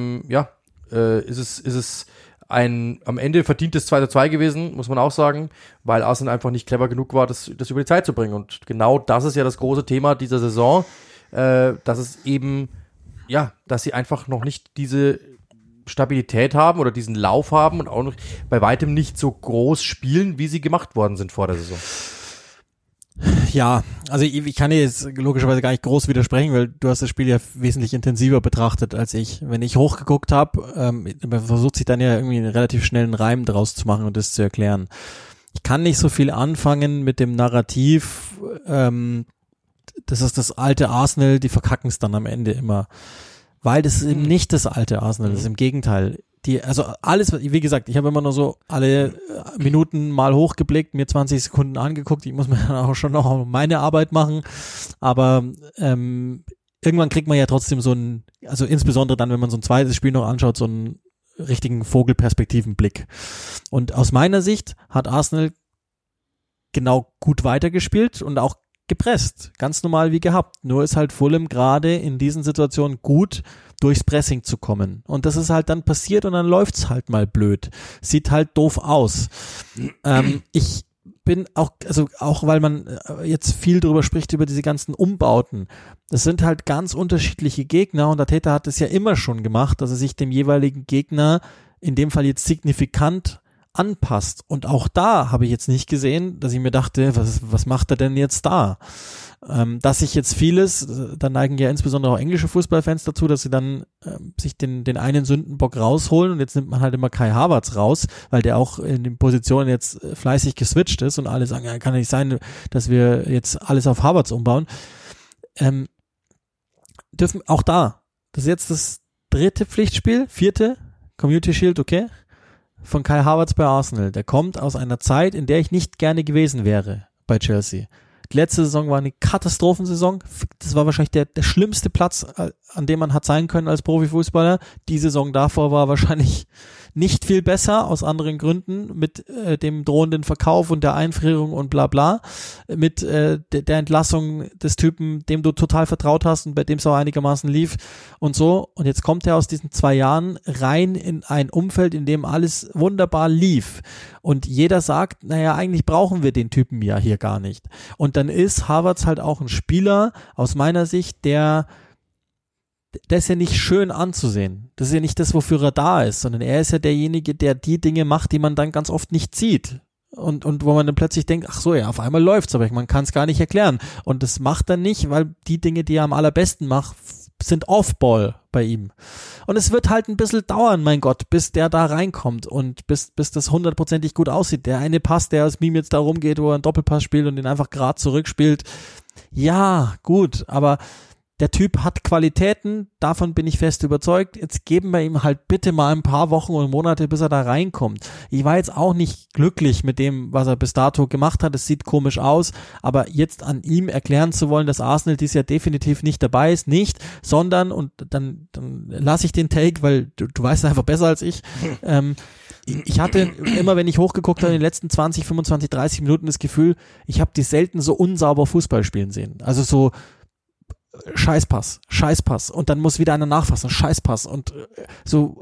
ist es ein am Ende verdientes 2:2 gewesen, muss man auch sagen, weil Arsenal einfach nicht clever genug war, das über die Zeit zu bringen. Und genau das ist ja das große Thema dieser Saison, dass es eben, ja, dass sie einfach noch nicht diese Stabilität haben oder diesen Lauf haben und auch noch bei weitem nicht so groß spielen, wie sie gemacht worden sind vor der Saison. Ja, also ich kann dir jetzt logischerweise gar nicht groß widersprechen, weil du hast das Spiel ja wesentlich intensiver betrachtet als ich. Wenn ich hochgeguckt habe, man versucht sich dann ja irgendwie einen relativ schnellen Reim draus zu machen und das zu erklären. Ich kann nicht so viel anfangen mit dem Narrativ, das ist das alte Arsenal, die verkacken es dann am Ende immer. Weil das ist eben nicht das alte Arsenal, das ist im Gegenteil. Also alles, wie gesagt, ich habe immer nur so alle Minuten mal hochgeblickt, mir 20 Sekunden angeguckt, ich muss mir dann auch schon noch meine Arbeit machen, aber irgendwann kriegt man ja trotzdem also insbesondere dann, wenn man so ein zweites Spiel noch anschaut, so einen richtigen Vogelperspektivenblick. Und aus meiner Sicht hat Arsenal genau gut weitergespielt und auch gepresst, ganz normal wie gehabt. Nur ist halt Fulham gerade in diesen Situationen gut, durchs Pressing zu kommen. Und das ist halt dann passiert und dann läuft's halt mal blöd. Sieht halt doof aus. Ich bin auch weil man jetzt viel drüber spricht, über diese ganzen Umbauten. Das sind halt ganz unterschiedliche Gegner und Arteta hat es ja immer schon gemacht, dass er sich dem jeweiligen Gegner, in dem Fall jetzt signifikant anpasst. Und auch da habe ich jetzt nicht gesehen, dass ich mir dachte, was macht er denn jetzt da? Dass sich jetzt vieles, da neigen ja insbesondere auch englische Fußballfans dazu, dass sie dann sich den einen Sündenbock rausholen und jetzt nimmt man halt immer Kai Havertz raus, weil der auch in den Positionen jetzt fleißig geswitcht ist und alle sagen, ja, kann ja nicht sein, dass wir jetzt alles auf Havertz umbauen. Dürfen auch da, das ist jetzt das 3. Pflichtspiel, 4. Community Shield, okay? Von Kai Havertz bei Arsenal. Der kommt aus einer Zeit, in der ich nicht gerne gewesen wäre bei Chelsea. Die letzte Saison war eine Katastrophensaison. Das war wahrscheinlich der schlimmste Platz, an dem man hat sein können als Profifußballer. Die Saison davor war wahrscheinlich nicht viel besser, aus anderen Gründen, mit dem drohenden Verkauf und der Einfrierung und bla bla, mit der Entlassung des Typen, dem du total vertraut hast und bei dem es auch einigermaßen lief und so. Und jetzt kommt er aus diesen 2 Jahren rein in ein Umfeld, in dem alles wunderbar lief. Und jeder sagt, naja, eigentlich brauchen wir den Typen ja hier gar nicht. Und dann ist Havertz halt auch ein Spieler, aus meiner Sicht, der ist ja nicht schön anzusehen. Das ist ja nicht das, wofür er da ist, sondern er ist ja derjenige, der die Dinge macht, die man dann ganz oft nicht sieht. Und wo man dann plötzlich denkt, ach so, ja, auf einmal läuft's, aber man kann es gar nicht erklären. Und das macht er nicht, weil die Dinge, die er am allerbesten macht, sind Off-Ball bei ihm. Und es wird halt ein bisschen dauern, mein Gott, bis der da reinkommt und bis das 100%ig gut aussieht. Der eine Pass, der als Meme jetzt da rumgeht, wo er einen Doppelpass spielt und den einfach gerade zurückspielt. Ja, gut, aber der Typ hat Qualitäten, davon bin ich fest überzeugt. Jetzt geben wir ihm halt bitte mal ein paar Wochen und Monate, bis er da reinkommt. Ich war jetzt auch nicht glücklich mit dem, was er bis dato gemacht hat. Es sieht komisch aus, aber jetzt an ihm erklären zu wollen, dass Arsenal dies Jahr definitiv nicht dabei ist, nicht, sondern, und dann lasse ich den Take, weil du weißt einfach besser als ich, ich hatte immer, wenn ich hochgeguckt habe, in den letzten 20, 25, 30 Minuten das Gefühl, ich habe die selten so unsauber Fußball spielen sehen. Also so Scheißpass und dann muss wieder einer nachfassen, Scheißpass und so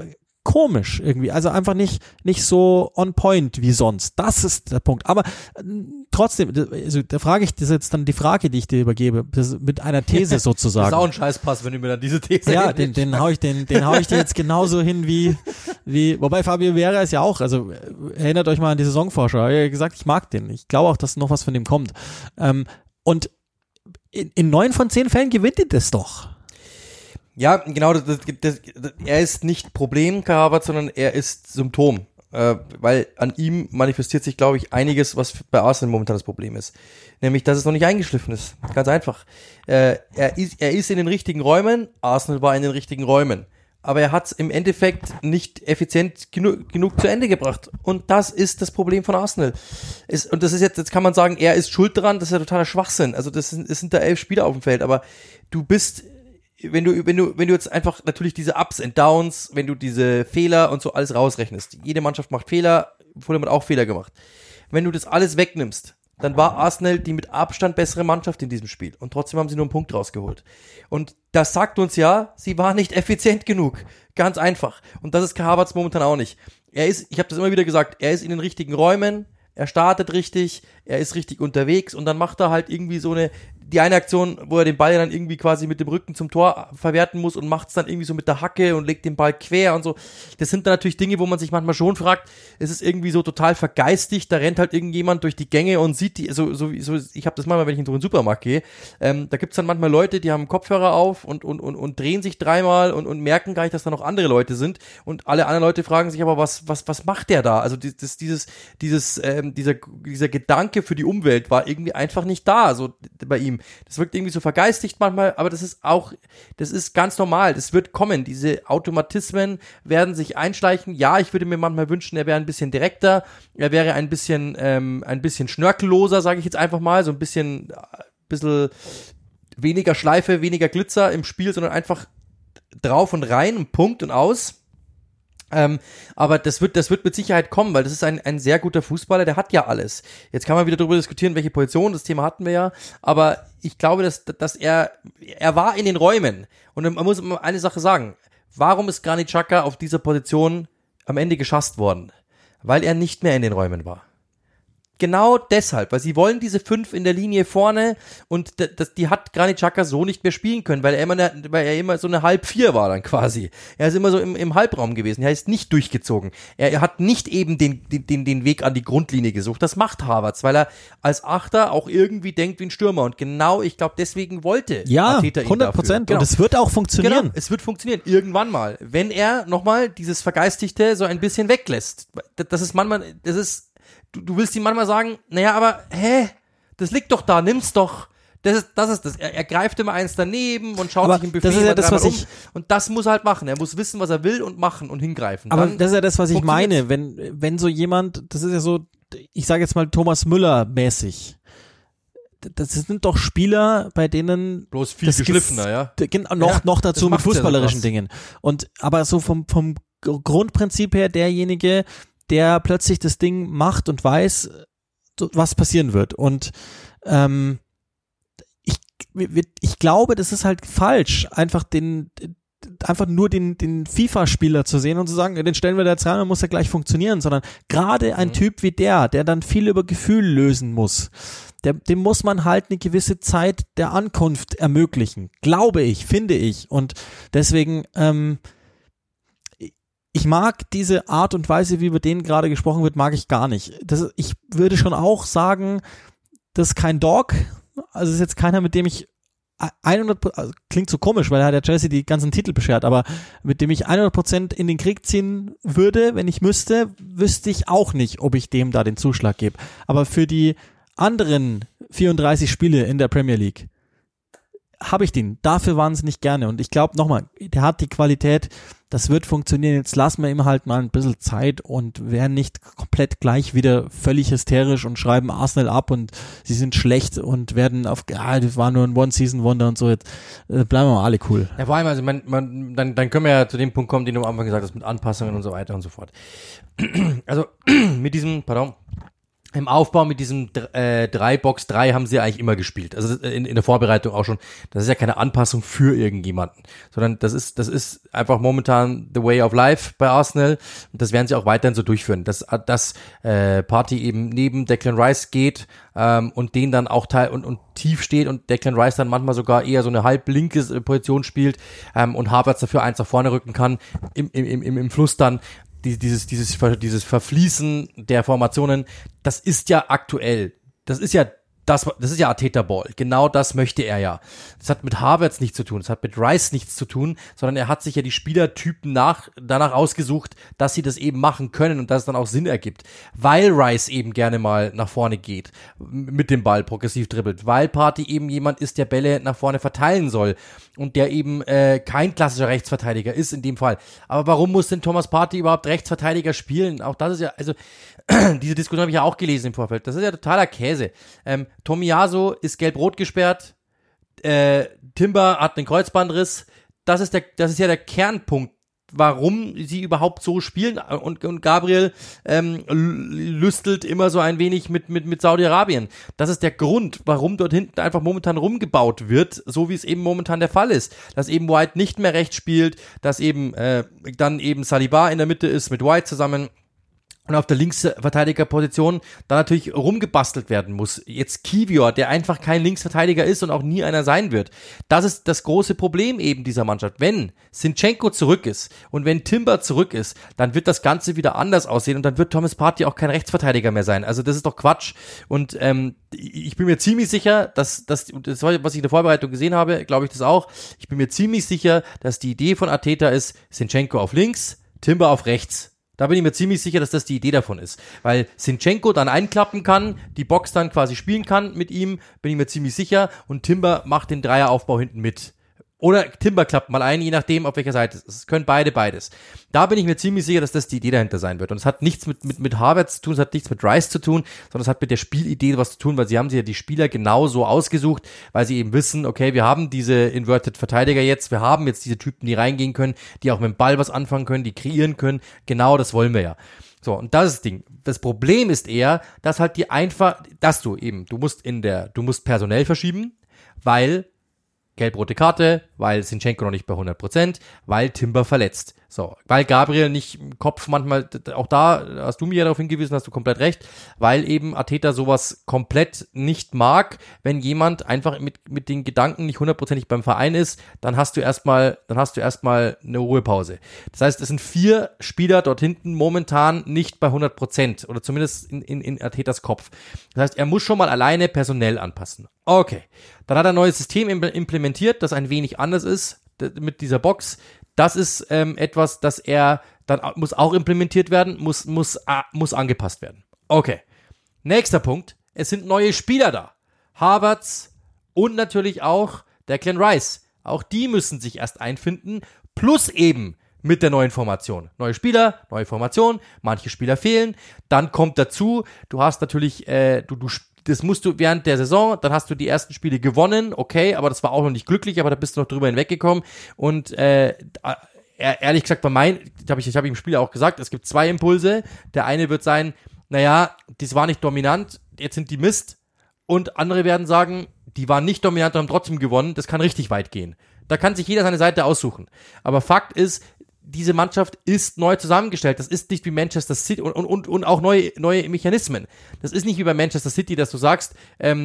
komisch irgendwie, also einfach nicht so on point wie sonst. Das ist der Punkt. Aber trotzdem, also da frage ich, das ist jetzt dann die Frage, die ich dir übergebe, mit einer These sozusagen. Das ist auch ein Scheißpass, wenn du mir dann diese These ja, den hau ich dir jetzt genauso hin wie, wobei Fabio Vieira ist ja auch, also erinnert euch mal an die Saisonvorschau, er hat gesagt, ich mag den. Ich glaube auch, dass noch was von dem kommt. Und in 9 von 10 Fällen gewinnt er das doch. Ja, genau, er ist nicht Problem, Kai Havertz, sondern er ist Symptom, weil an ihm manifestiert sich, glaube ich, einiges, was bei Arsenal momentan das Problem ist. Nämlich, dass es noch nicht eingeschliffen ist. Ganz einfach. Er ist in den richtigen Räumen, Arsenal war in den richtigen Räumen. Aber er hat es im Endeffekt nicht effizient genug zu Ende gebracht. Und das ist das Problem von Arsenal. Und das ist jetzt kann man sagen, er ist schuld daran, das ist ja totaler Schwachsinn. Also es sind da 11 Spieler auf dem Feld, aber du bist, wenn du jetzt einfach natürlich diese Ups and Downs, wenn du diese Fehler und so alles rausrechnest. Jede Mannschaft macht Fehler, Fulham hat auch Fehler gemacht. Wenn du das alles wegnimmst, dann war Arsenal die mit Abstand bessere Mannschaft in diesem Spiel. Und trotzdem haben sie nur einen Punkt rausgeholt. Und das sagt uns ja, sie war nicht effizient genug. Ganz einfach. Und das ist Kai Havertz momentan auch nicht. Ich habe das immer wieder gesagt, er ist in den richtigen Räumen, er startet richtig, er ist richtig unterwegs und dann macht er halt irgendwie die eine Aktion, wo er den Ball dann irgendwie quasi mit dem Rücken zum Tor verwerten muss und macht es dann irgendwie so mit der Hacke und legt den Ball quer und so. Das sind dann natürlich Dinge, wo man sich manchmal schon fragt, es ist irgendwie so total vergeistigt, da rennt halt irgendjemand durch die Gänge und sieht die, so ich habe das manchmal, wenn ich in so einen Supermarkt gehe, da gibt's dann manchmal Leute, die haben Kopfhörer auf und drehen sich dreimal und merken gar nicht, dass da noch andere Leute sind und alle anderen Leute fragen sich aber, was macht der da? Also dieser Gedanke für die Umwelt war irgendwie einfach nicht da, so bei ihm. Das wirkt irgendwie so vergeistigt manchmal, aber das ist ganz normal, das wird kommen, diese Automatismen werden sich einschleichen. Ja, ich würde mir manchmal wünschen, er wäre ein bisschen direkter, er wäre ein bisschen schnörkelloser, sage ich jetzt einfach mal, so ein bisschen weniger Schleife, weniger Glitzer im Spiel, sondern einfach drauf und rein, Punkt und aus. Aber das wird mit Sicherheit kommen, weil das ist ein sehr guter Fußballer, der hat ja alles. Jetzt kann man wieder darüber diskutieren, welche Position, das Thema hatten wir ja, aber ich glaube, dass er war in den Räumen und man muss eine Sache sagen, warum ist Granit Xhaka auf dieser Position am Ende geschasst worden? Weil er nicht mehr in den Räumen war. Genau deshalb, weil sie wollen diese 5 in der Linie vorne und die hat Granit Xhaka so nicht mehr spielen können, weil er immer so eine 3/4 war dann quasi. Er ist immer so im Halbraum gewesen, er ist nicht durchgezogen. Er hat nicht eben den Weg an die Grundlinie gesucht. Das macht Havertz, weil er als Achter auch irgendwie denkt wie ein Stürmer und genau, ich glaube, deswegen wollte Arteta ihn 100%. Genau. Und es wird auch funktionieren. Genau, es wird funktionieren, irgendwann mal. Wenn er nochmal dieses Vergeistigte so ein bisschen weglässt. Du willst ihm manchmal sagen, naja, aber, das liegt doch da, nimm's doch. Das ist das. Er greift immer eins daneben und schaut sich im Buffet das ist ja das, was und das muss er halt machen. Er muss wissen, was er will und machen und hingreifen. Aber das ist ja das, was ich meine. Wenn so jemand, das ist ja so, ich sage jetzt mal Thomas Müller mäßig. Das sind doch Spieler, bei denen bloß viel geschliffener, ja. Noch dazu mit fußballerischen Dingen. Aber so vom Grundprinzip her derjenige, der plötzlich das Ding macht und weiß, was passieren wird. Und ich glaube, das ist halt falsch, einfach nur den FIFA-Spieler zu sehen und zu sagen, den stellen wir da jetzt rein, dann muss er gleich funktionieren, sondern gerade ein Typ wie der dann viel über Gefühl lösen muss, dem muss man halt eine gewisse Zeit der Ankunft ermöglichen, glaube ich, finde ich. Und deswegen ich mag diese Art und Weise, wie über den gerade gesprochen wird, mag ich gar nicht. Ich würde schon auch sagen, das ist kein Dog. Also ist jetzt keiner, mit dem ich 100%, also klingt so komisch, weil er hat ja Chelsea die ganzen Titel beschert, aber mit dem ich 100% in den Krieg ziehen würde, wenn ich müsste, wüsste ich auch nicht, ob ich dem da den Zuschlag gebe. Aber für die anderen 34 Spiele in der Premier League habe ich den. Dafür wahnsinnig gerne. Und ich glaube, nochmal, der hat die Qualität, das wird funktionieren. Jetzt lassen wir ihm halt mal ein bisschen Zeit und werden nicht komplett gleich wieder völlig hysterisch und schreiben Arsenal ab und sie sind schlecht und werden das war nur ein One-Season-Wonder und so. Jetzt bleiben wir mal alle cool. Ja, vor allem, also dann können wir ja zu dem Punkt kommen, den du am Anfang gesagt hast, mit Anpassungen und so weiter und so fort. Also mit diesem im Aufbau mit diesem 3-Box-3 haben sie eigentlich immer gespielt. Also in der Vorbereitung auch schon. Das ist ja keine Anpassung für irgendjemanden, sondern das ist einfach momentan the way of life bei Arsenal. Und das werden sie auch weiterhin so durchführen. Dass Partey eben neben Declan Rice geht und den dann auch und tief steht und Declan Rice dann manchmal sogar eher so eine halblinke Position spielt und Havertz dafür eins nach vorne rücken kann im Fluss dann. Dieses Verfließen der Formationen, das ist ja aktuell. Das ist ja Arteta-Ball. Genau das möchte er ja. Das hat mit Havertz nichts zu tun, das hat mit Rice nichts zu tun, sondern er hat sich ja die Spielertypen danach ausgesucht, dass sie das eben machen können und dass es dann auch Sinn ergibt. Weil Rice eben gerne mal nach vorne geht, mit dem Ball progressiv dribbelt, weil Partey eben jemand ist, der Bälle nach vorne verteilen soll und der eben kein klassischer Rechtsverteidiger ist in dem Fall. Aber warum muss denn Thomas Partey überhaupt Rechtsverteidiger spielen? Auch das ist ja, also diese Diskussion habe ich ja auch gelesen im Vorfeld. Das ist ja totaler Käse. Tomiyasu ist gelb-rot gesperrt. Timber hat einen Kreuzbandriss. Das ist ja der Kernpunkt, warum sie überhaupt so spielen. Und Gabriel lüstelt immer so ein wenig mit Saudi-Arabien. Das ist der Grund, warum dort hinten einfach momentan rumgebaut wird, so wie es eben momentan der Fall ist. Dass eben White nicht mehr rechts spielt, dass eben dann eben Saliba in der Mitte ist mit White zusammen. Und auf der Linksverteidigerposition dann natürlich rumgebastelt werden muss. Jetzt Kiwior, der einfach kein Linksverteidiger ist und auch nie einer sein wird. Das ist das große Problem eben dieser Mannschaft. Wenn Zinchenko zurück ist und wenn Timber zurück ist, dann wird das Ganze wieder anders aussehen und dann wird Thomas Partey auch kein Rechtsverteidiger mehr sein. Also das ist doch Quatsch. Und ich bin mir ziemlich sicher, dass das, was ich in der Vorbereitung gesehen habe, glaube ich das auch, ich bin mir ziemlich sicher, dass die Idee von Arteta ist, Zinchenko auf links, Timber auf rechts. Da bin ich mir ziemlich sicher, dass das die Idee davon ist. Weil Zinchenko dann einklappen kann, die Box dann quasi spielen kann mit ihm, bin ich mir ziemlich sicher. Und Timber macht den Dreieraufbau hinten mit. Oder Timber klappt mal ein, je nachdem, auf welcher Seite es ist. Es können beides. Da bin ich mir ziemlich sicher, dass das die Idee dahinter sein wird. Und es hat nichts mit Havertz zu tun, es hat nichts mit Rice zu tun, sondern es hat mit der Spielidee was zu tun, weil sie haben sich ja die Spieler genau so ausgesucht, weil sie eben wissen, okay, wir haben diese Inverted Verteidiger jetzt, wir haben jetzt diese Typen, die reingehen können, die auch mit dem Ball was anfangen können, die kreieren können. Genau das wollen wir ja. So, und das ist das Ding. Das Problem ist eher, dass halt du musst personell verschieben, weil gelb-rote Karte, weil Zinchenko noch nicht bei 100%, weil Timber verletzt. So, weil Gabriel nicht im Kopf manchmal, auch da hast du mir ja darauf hingewiesen, hast du komplett recht, weil eben Arteta sowas komplett nicht mag, wenn jemand einfach mit den Gedanken nicht 100%ig beim Verein ist, dann hast du erstmal eine Ruhepause. Das heißt, es sind 4 Spieler dort hinten momentan nicht bei 100% oder zumindest in Artetas Kopf. Das heißt, er muss schon mal alleine personell anpassen. Okay, dann hat er ein neues System implementiert, das ein wenig anders ist mit dieser Box. Das ist etwas, das muss auch implementiert werden, muss angepasst werden. Okay. Nächster Punkt. Es sind neue Spieler da. Havertz und natürlich auch Declan Rice. Auch die müssen sich erst einfinden. Plus eben mit der neuen Formation. Neue Spieler, neue Formation. Manche Spieler fehlen. Dann kommt dazu, du hast natürlich, das musst du während der Saison, dann hast du die ersten Spiele gewonnen, okay, aber das war auch noch nicht glücklich, aber da bist du noch drüber hinweggekommen und ehrlich gesagt, ich habe im Spiel auch gesagt, es gibt 2 Impulse, der eine wird sein, naja, das war nicht dominant, jetzt sind die Mist und andere werden sagen, die waren nicht dominant und haben trotzdem gewonnen, das kann richtig weit gehen. Da kann sich jeder seine Seite aussuchen, aber Fakt ist, diese Mannschaft ist neu zusammengestellt. Das ist nicht wie Manchester City und auch neue Mechanismen. Das ist nicht wie bei Manchester City, dass du sagst,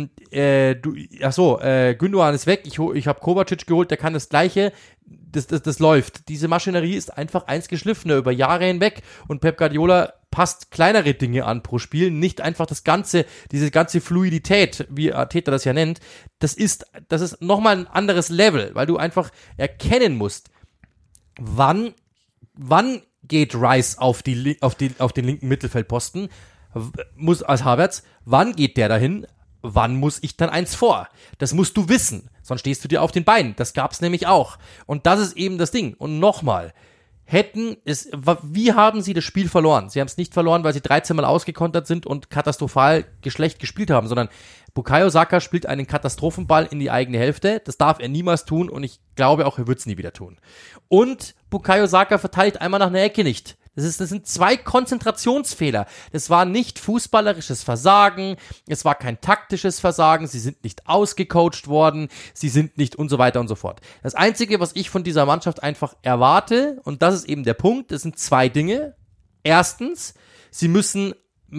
Gündogan ist weg, ich habe Kovacic geholt, der kann das Gleiche. Das läuft. Diese Maschinerie ist einfach eins geschliffener über Jahre hinweg und Pep Guardiola passt kleinere Dinge an pro Spiel, nicht einfach diese ganze Fluidität, wie Arteta das ja nennt. Das ist nochmal ein anderes Level, weil du einfach erkennen musst, wann geht Rice auf den linken Mittelfeldposten, muss als Havertz, wann geht der dahin, wann muss ich dann eins vor? Das musst du wissen, sonst stehst du dir auf den Beinen. Das gab's nämlich auch. Und das ist eben das Ding. Und nochmal, wie haben sie das Spiel verloren? Sie haben es nicht verloren, weil sie 13 Mal ausgekontert sind und katastrophal schlecht gespielt haben, sondern Bukayo Saka spielt einen Katastrophenball in die eigene Hälfte. Das darf er niemals tun und ich glaube auch, er wird es nie wieder tun. Und Bukayo Saka verteidigt einmal nach einer Ecke nicht. Das sind 2 Konzentrationsfehler. Das war nicht fußballerisches Versagen, es war kein taktisches Versagen, sie sind nicht ausgecoacht worden, sie sind nicht und so weiter und so fort. Das Einzige, was ich von dieser Mannschaft einfach erwarte, und das ist eben der Punkt, das sind 2 Dinge. Erstens, sie müssen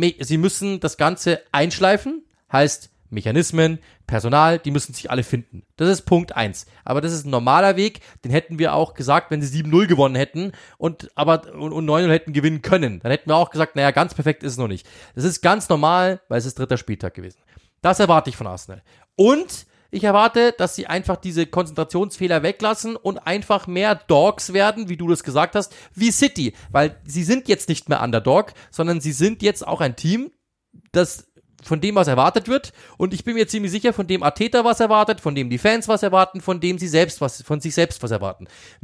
das Ganze einschleifen, heißt Mechanismen, Personal, die müssen sich alle finden. Das ist Punkt 1. Aber das ist ein normaler Weg, den hätten wir auch gesagt, wenn sie 7-0 gewonnen hätten und 9-0 hätten gewinnen können. Dann hätten wir auch gesagt, naja, ganz perfekt ist es noch nicht. Das ist ganz normal, weil es ist 3. Spieltag gewesen. Das erwarte ich von Arsenal. Und ich erwarte, dass sie einfach diese Konzentrationsfehler weglassen und einfach mehr Dogs werden, wie du das gesagt hast, wie City. Weil sie sind jetzt nicht mehr Underdog, sondern sie sind jetzt auch ein Team, das von dem was erwartet wird, und ich bin mir ziemlich sicher, von dem Arteta was erwartet, von dem die Fans was erwarten, von dem von sich selbst was erwarten.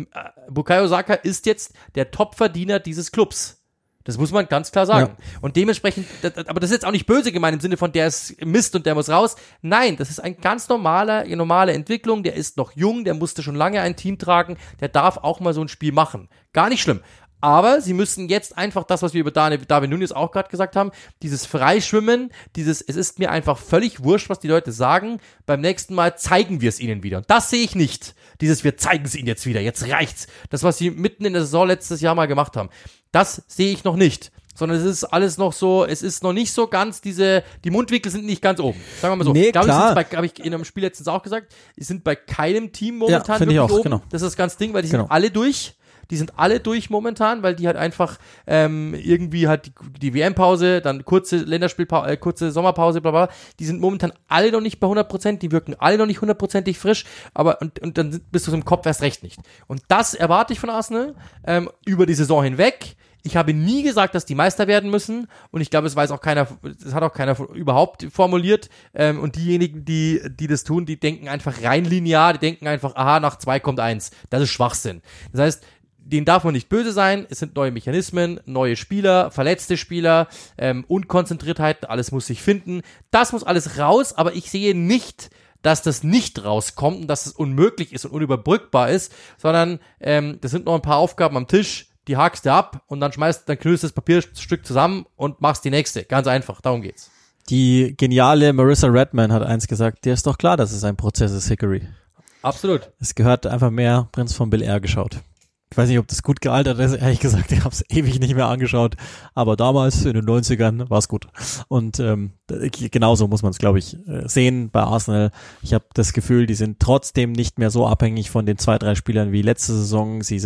Bukayo Saka ist jetzt der Topverdiener dieses Clubs. Das muss man ganz klar sagen. Ja. Und dementsprechend, aber das ist jetzt auch nicht böse gemeint im Sinne von, der ist Mist und der muss raus. Nein, das ist eine ganz normale Entwicklung, der ist noch jung, der musste schon lange ein Team tragen, der darf auch mal so ein Spiel machen. Gar nicht schlimm. Aber sie müssen jetzt einfach das, was wir über Darwin Núñez auch gerade gesagt haben, dieses Freischwimmen, es ist mir einfach völlig wurscht, was die Leute sagen, beim nächsten Mal zeigen wir es ihnen wieder. Und das sehe ich nicht. Wir zeigen es ihnen jetzt wieder, jetzt reicht's. Das, was sie mitten in der Saison letztes Jahr mal gemacht haben, das sehe ich noch nicht. Sondern es ist alles noch so, es ist noch nicht so ganz die Mundwinkel sind nicht ganz oben. Sagen wir mal so. Nee, klar. Habe ich in einem Spiel letztens auch gesagt, die sind bei keinem Team momentan wirklich oben. Genau. Das ist das ganze Ding, weil die sind alle durch. Die sind alle durch momentan, weil die halt einfach irgendwie halt die WM-Pause, dann kurze Länderspielpause, kurze Sommerpause, bla bla. Die sind momentan alle noch nicht bei 100%, die wirken alle noch nicht 100%ig frisch, aber und dann bist du im Kopf erst recht nicht. Und das erwarte ich von Arsenal über die Saison hinweg. Ich habe nie gesagt, dass die Meister werden müssen, und ich glaube, das hat auch keiner überhaupt formuliert, und diejenigen, die das tun, die denken einfach rein linear, die denken einfach, aha, nach 2 kommt 1. Das ist Schwachsinn. Das heißt, denen darf man nicht böse sein, es sind neue Mechanismen, neue Spieler, verletzte Spieler, Unkonzentriertheit, alles muss sich finden. Das muss alles raus, aber ich sehe nicht, dass das nicht rauskommt und dass es unmöglich ist und unüberbrückbar ist, sondern das sind noch ein paar Aufgaben am Tisch, die hakst du ab und dann knüllst das Papierstück zusammen und machst die nächste. Ganz einfach, darum geht's. Die geniale Marissa Redman hat eins gesagt, dir ist doch klar, dass es ein Prozess ist, Hickory. Absolut. Es gehört einfach mehr Prinz von Bel-Air geschaut. Ich weiß nicht, ob das gut gealtert ist, ehrlich gesagt, ich habe es ewig nicht mehr angeschaut, aber damals in den 90ern war es gut. Und genauso muss man es, glaube ich, sehen bei Arsenal. Ich habe das Gefühl, die sind trotzdem nicht mehr so abhängig von den 2, 3 Spielern wie letzte Saison. Sie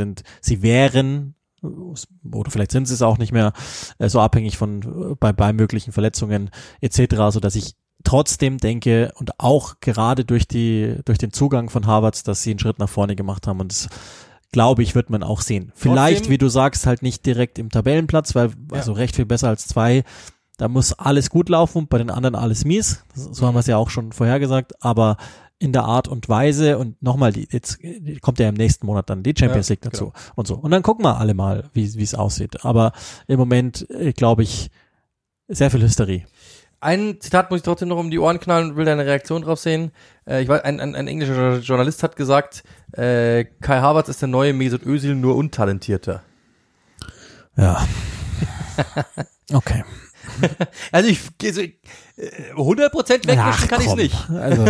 wären, oder vielleicht sind sie es auch nicht mehr, so abhängig von bei möglichen Verletzungen etc., so dass ich trotzdem denke, und auch gerade durch den Zugang von Havertz, dass sie einen Schritt nach vorne gemacht haben, und das, glaube ich, wird man auch sehen. Vielleicht, trotzdem, wie du sagst, halt nicht direkt im Tabellenplatz, weil also recht viel besser als 2, da muss alles gut laufen, bei den anderen alles mies. So haben wir es ja auch schon vorher gesagt, aber in der Art und Weise, und nochmal, jetzt kommt ja im nächsten Monat dann die Champions League dazu, genau, und so. Und dann gucken wir alle mal, wie es aussieht. Aber im Moment, glaube ich, sehr viel Hysterie. Ein Zitat muss ich trotzdem noch um die Ohren knallen und will deine Reaktion drauf sehen. Ein englischer Journalist hat gesagt, Kai Havertz ist der neue Mesut Özil, nur untalentierter. Ja. Okay. Also 100% wegwischen kann ich nicht. Also.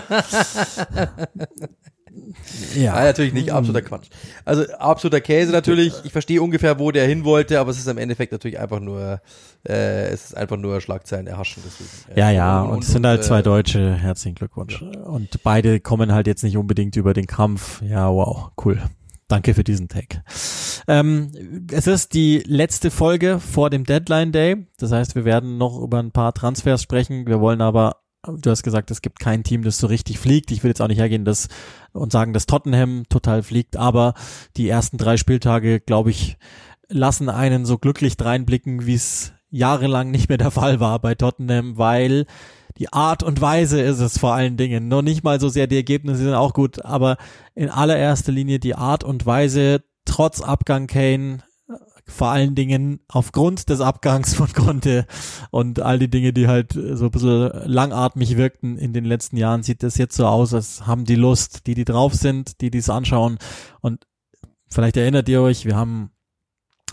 Ja. Nein, natürlich nicht, absoluter Quatsch. Also absoluter Käse natürlich. Ich verstehe ungefähr, wo der hin wollte, aber es ist im Endeffekt natürlich einfach nur Schlagzeilen erhaschen. Deswegen. Und es sind halt 2 Deutsche. Herzlichen Glückwunsch. Ja. Und beide kommen halt jetzt nicht unbedingt über den Kampf. Ja, wow, cool. Danke für diesen Take. Es ist die letzte Folge vor dem Deadline Day. Das heißt, wir werden noch über ein paar Transfers sprechen. Wir wollen aber, du hast gesagt, es gibt kein Team, das so richtig fliegt. Ich will jetzt auch nicht hergehen und sagen, dass Tottenham total fliegt, aber die ersten 3 Spieltage, glaube ich, lassen einen so glücklich dreinblicken, wie es jahrelang nicht mehr der Fall war bei Tottenham, weil die Art und Weise ist es vor allen Dingen. Noch nicht mal so sehr die Ergebnisse sind auch gut, aber in allererster Linie die Art und Weise, trotz Abgang Kane, vor allen Dingen aufgrund des Abgangs von Conte und all die Dinge, die halt so ein bisschen langatmig wirkten in den letzten Jahren, sieht das jetzt so aus, als haben die Lust, die drauf sind, die es anschauen. Und vielleicht erinnert ihr euch, wir haben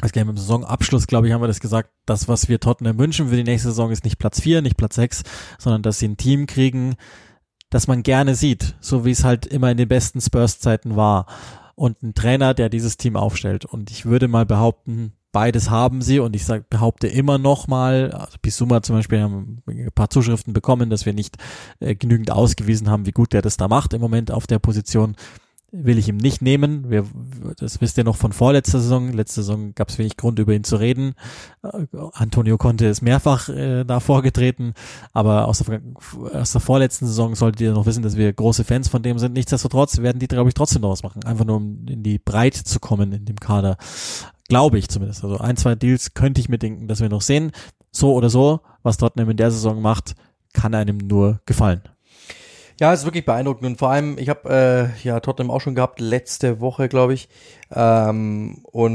Also im Saisonabschluss, glaube ich, haben wir das gesagt, das, was wir Tottenham wünschen für die nächste Saison, ist nicht Platz 4, nicht Platz 6, sondern dass sie ein Team kriegen, das man gerne sieht, so wie es halt immer in den besten Spurs-Zeiten war. Und ein Trainer, der dieses Team aufstellt. Und ich würde mal behaupten, beides haben sie, und ich behaupte immer noch mal, also Bissouma zum Beispiel, haben ein paar Zuschriften bekommen, dass wir nicht genügend ausgewiesen haben, wie gut der das da macht im Moment auf der Position. Will ich ihm nicht nehmen. Das wisst ihr noch von vorletzter Saison. Letzte Saison gab es wenig Grund, über ihn zu reden. Antonio Conte ist mehrfach da vorgetreten, aber aus der vorletzten Saison solltet ihr noch wissen, dass wir große Fans von dem sind. Nichtsdestotrotz werden die, glaube ich, trotzdem noch was machen. Einfach nur, um in die Breite zu kommen in dem Kader. Glaube ich zumindest. Also 1-2 Deals könnte ich mir denken, dass wir noch sehen. So oder so, was Tottenham in der Saison macht, kann einem nur gefallen. Ja, es ist wirklich beeindruckend, und vor allem, ich habe Tottenham auch schon gehabt, letzte Woche, glaube ich, haben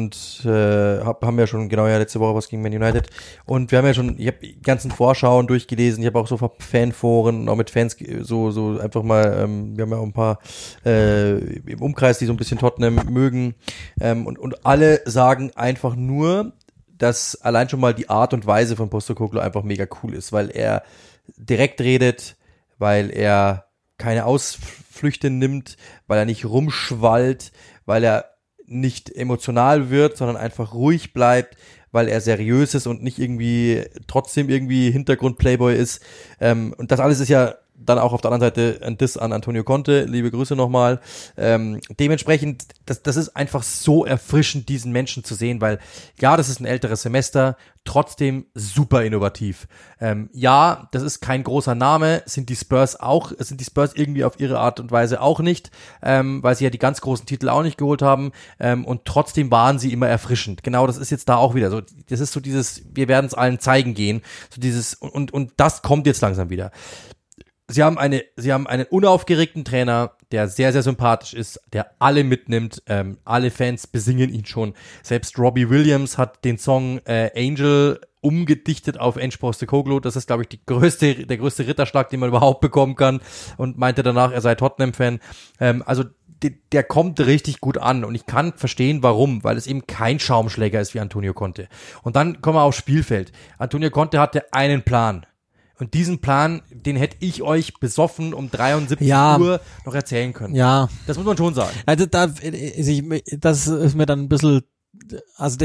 ja schon, genau, ja, letzte Woche was gegen Man United, und wir haben ja schon, ich habe die ganzen Vorschauen durchgelesen, ich habe auch so Fanforen, auch mit Fans, so einfach mal, wir haben ja auch ein paar im Umkreis, die so ein bisschen Tottenham mögen, und alle sagen einfach nur, dass allein schon mal die Art und Weise von Postecoglou einfach mega cool ist, weil er direkt redet, weil er keine Ausflüchte nimmt, weil er nicht rumschwallt, weil er nicht emotional wird, sondern einfach ruhig bleibt, weil er seriös ist und nicht trotzdem irgendwie Hintergrund-Playboy ist. Und das alles ist ja dann auch auf der anderen Seite ein Diss an Antonio Conte. Liebe Grüße nochmal. Dementsprechend, das ist einfach so erfrischend, diesen Menschen zu sehen, weil ja, das ist ein älteres Semester, trotzdem super innovativ. Ja, das ist kein großer Name, sind die Spurs irgendwie auf ihre Art und Weise auch nicht, weil sie ja die ganz großen Titel auch nicht geholt haben, und trotzdem waren sie immer erfrischend. Genau, das ist jetzt da auch wieder so. Das ist so dieses, wir werden es allen zeigen gehen, so dieses, und das kommt jetzt langsam wieder. Sie haben einen unaufgeregten Trainer, der sehr, sehr sympathisch ist, der alle mitnimmt, alle Fans besingen ihn schon. Selbst Robbie Williams hat den Song Angel umgedichtet auf Ange Postecoglou. Das ist, glaube ich, der größte Ritterschlag, den man überhaupt bekommen kann, und meinte danach, er sei Tottenham-Fan. Also der kommt richtig gut an, und ich kann verstehen, warum, weil es eben kein Schaumschläger ist wie Antonio Conte. Und dann kommen wir aufs Spielfeld. Antonio Conte hatte einen Plan. Und diesen Plan, den hätte ich euch besoffen um 73 Uhr noch erzählen können. Ja. Das muss man schon sagen. Also das ist mir dann ein bisschen, also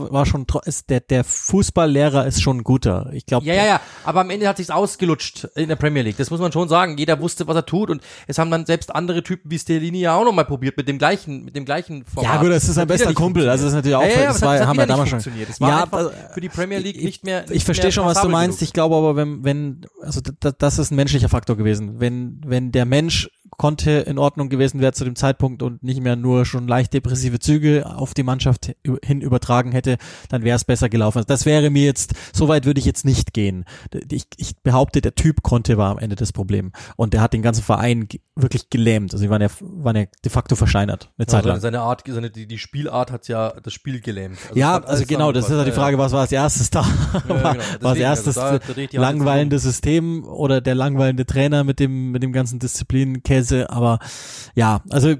der Fußballlehrer ist schon ein guter. Ich glaube. Ja. Aber am Ende hat sich's ausgelutscht in der Premier League. Das muss man schon sagen. Jeder wusste, was er tut, und es haben dann selbst andere Typen wie Stellini ja auch noch mal probiert mit dem gleichen Format. Ja gut, das ist sein bester Kumpel. Also das ist natürlich auch. Das haben wir damals schon. Das war einfach für die Premier League nicht mehr. Ich verstehe schon, was du meinst. Genug. Ich glaube aber, das ist ein menschlicher Faktor gewesen. Wenn der Mensch Conte in Ordnung gewesen wäre zu dem Zeitpunkt und nicht mehr nur schon leicht depressive Züge auf die Mannschaft hin übertragen hätte, dann wäre es besser gelaufen. Also das wäre mir jetzt, so weit würde ich jetzt nicht gehen. Ich behaupte, der Typ Conte war am Ende das Problem, und der hat den ganzen Verein wirklich gelähmt. Also die waren ja de facto verscheinert eine Zeit lang. Die Spielart hat ja das Spiel gelähmt. Also genau, das ist ja die Frage, was war als erstes da? Genau. War als erstes langweilende System oder der langweilende Trainer mit dem ganzen Disziplinenkäse? Aber also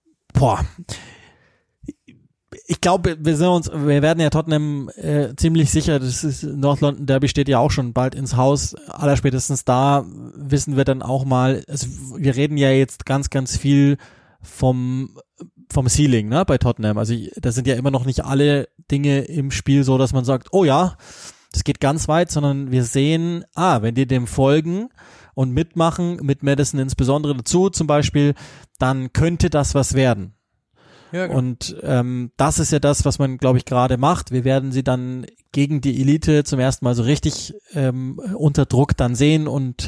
ich glaube, wir werden ja Tottenham ziemlich sicher, das ist North London Derby steht ja auch schon bald ins Haus, allerspätestens da wissen wir dann auch mal, also wir reden ja jetzt ganz, ganz viel vom Ceiling, ne, bei Tottenham, also da sind ja immer noch nicht alle Dinge im Spiel so, dass man sagt, oh ja, das geht ganz weit, sondern wir sehen, wenn die dem folgen und mitmachen, mit Maddison insbesondere dazu zum Beispiel, dann könnte das was werden. Ja, genau. Und das ist ja das, was man, glaube ich, gerade macht. Wir werden sie dann gegen die Elite zum ersten Mal so richtig unter Druck dann sehen und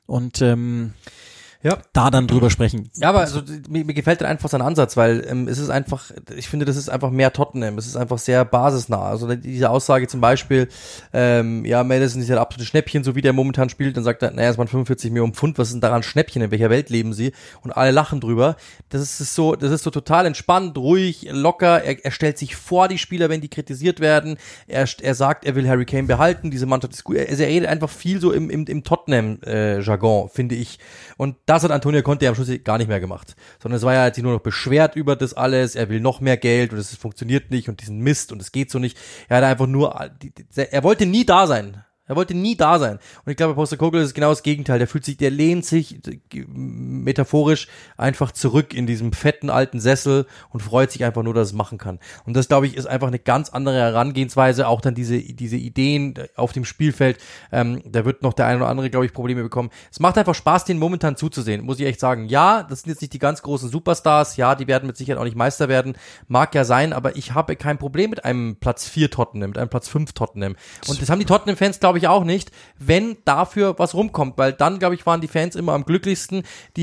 da dann drüber sprechen. Ja, aber also, mir gefällt dann einfach sein Ansatz, weil es ist einfach, ich finde, das ist einfach mehr Tottenham, es ist einfach sehr basisnah. Also diese Aussage zum Beispiel, Maddison ist ja ein absolutes Schnäppchen, so wie der momentan spielt, dann sagt er, es waren 45 Millionen Pfund, was ist denn daran Schnäppchen, in welcher Welt leben sie? Und alle lachen drüber. Das ist so total entspannt, ruhig, locker, er stellt sich vor die Spieler, wenn die kritisiert werden, er sagt, er will Harry Kane behalten, diese Mannschaft ist gut, er redet einfach viel so im Tottenham-Jargon, finde ich. Und das hat Antonio Conte am Schluss gar nicht mehr gemacht. Sondern es war ja, hat sich nur noch beschwert über das alles, er will noch mehr Geld und es funktioniert nicht und diesen Mist und es geht so nicht. Er hat einfach nur, er wollte nie da sein. Er wollte nie da sein. Und ich glaube, bei Postecoglou ist es genau das Gegenteil. Der lehnt sich metaphorisch einfach zurück in diesem fetten alten Sessel und freut sich einfach nur, dass es machen kann. Und das, glaube ich, ist einfach eine ganz andere Herangehensweise. Auch dann diese Ideen auf dem Spielfeld. Da wird noch der eine oder andere, glaube ich, Probleme bekommen. Es macht einfach Spaß, den momentan zuzusehen, muss ich echt sagen. Ja, das sind jetzt nicht die ganz großen Superstars. Ja, die werden mit Sicherheit auch nicht Meister werden. Mag ja sein, aber ich habe kein Problem mit einem Platz 4 Tottenham, mit einem Platz 5 Tottenham. Und das haben die Tottenham-Fans, glaube ich, auch nicht, wenn dafür was rumkommt, weil dann, glaube ich, waren die Fans immer am glücklichsten,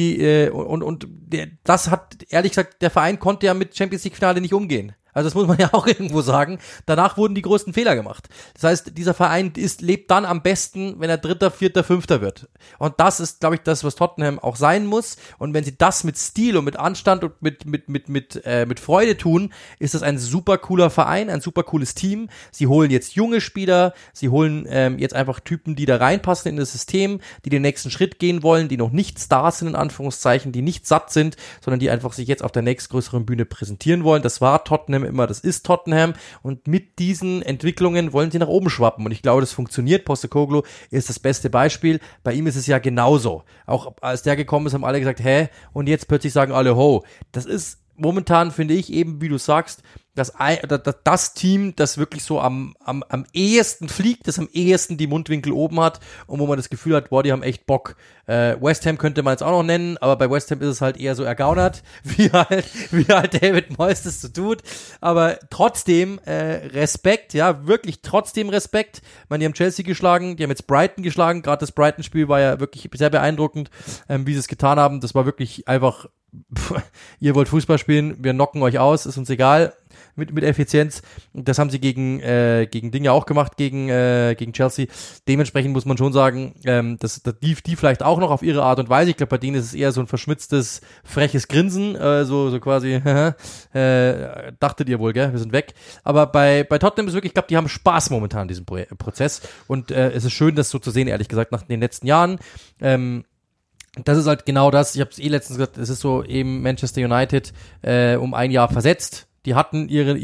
das hat, ehrlich gesagt, der Verein konnte ja mit Champions League Finale nicht umgehen. Also das muss man ja auch irgendwo sagen. Danach wurden die größten Fehler gemacht. Das heißt, dieser Verein lebt dann am besten, wenn er 3., 4., 5. wird. Und das ist, glaube ich, das, was Tottenham auch sein muss. Und wenn sie das mit Stil und mit Anstand und mit Freude tun, ist das ein super cooler Verein, ein super cooles Team. Sie holen jetzt junge Spieler, sie holen jetzt einfach Typen, die da reinpassen in das System, die den nächsten Schritt gehen wollen, die noch nicht Stars sind, in Anführungszeichen, die nicht satt sind, sondern die einfach sich jetzt auf der nächstgrößeren Bühne präsentieren wollen. Das war Tottenham immer, das ist Tottenham und mit diesen Entwicklungen wollen sie nach oben schwappen und ich glaube, das funktioniert. Postecoglou ist das beste Beispiel. Bei ihm ist es ja genauso. Auch als der gekommen ist, haben alle gesagt, und jetzt plötzlich sagen alle, das ist momentan, finde ich, eben wie du sagst, das Team, das wirklich so am ehesten fliegt, das am ehesten die Mundwinkel oben hat und wo man das Gefühl hat, die haben echt Bock. West Ham könnte man jetzt auch noch nennen, aber bei West Ham ist es halt eher so ergaunert, wie halt David Moyes das so tut. Aber trotzdem Respekt, ja, wirklich trotzdem Respekt. Ich meine, die haben Chelsea geschlagen, die haben jetzt Brighton geschlagen. Gerade das Brighton-Spiel war ja wirklich sehr beeindruckend, wie sie es getan haben. Das war wirklich einfach, ihr wollt Fußball spielen, wir knocken euch aus, ist uns egal. Mit Effizienz. Das haben sie gegen Dinge auch gemacht, gegen Chelsea. Dementsprechend muss man schon sagen, die vielleicht auch noch auf ihre Art und Weise. Ich glaube, bei denen ist es eher so ein verschmitztes, freches Grinsen, so quasi, dachtet ihr wohl, gell? Wir sind weg. Aber bei Tottenham ist wirklich, ich glaube, die haben Spaß momentan in diesem Prozess. Und es ist schön, das so zu sehen, ehrlich gesagt, nach den letzten Jahren. Das ist halt genau das, ich habe es letztens gesagt, es ist so eben Manchester United um ein Jahr versetzt. Die hatten ihren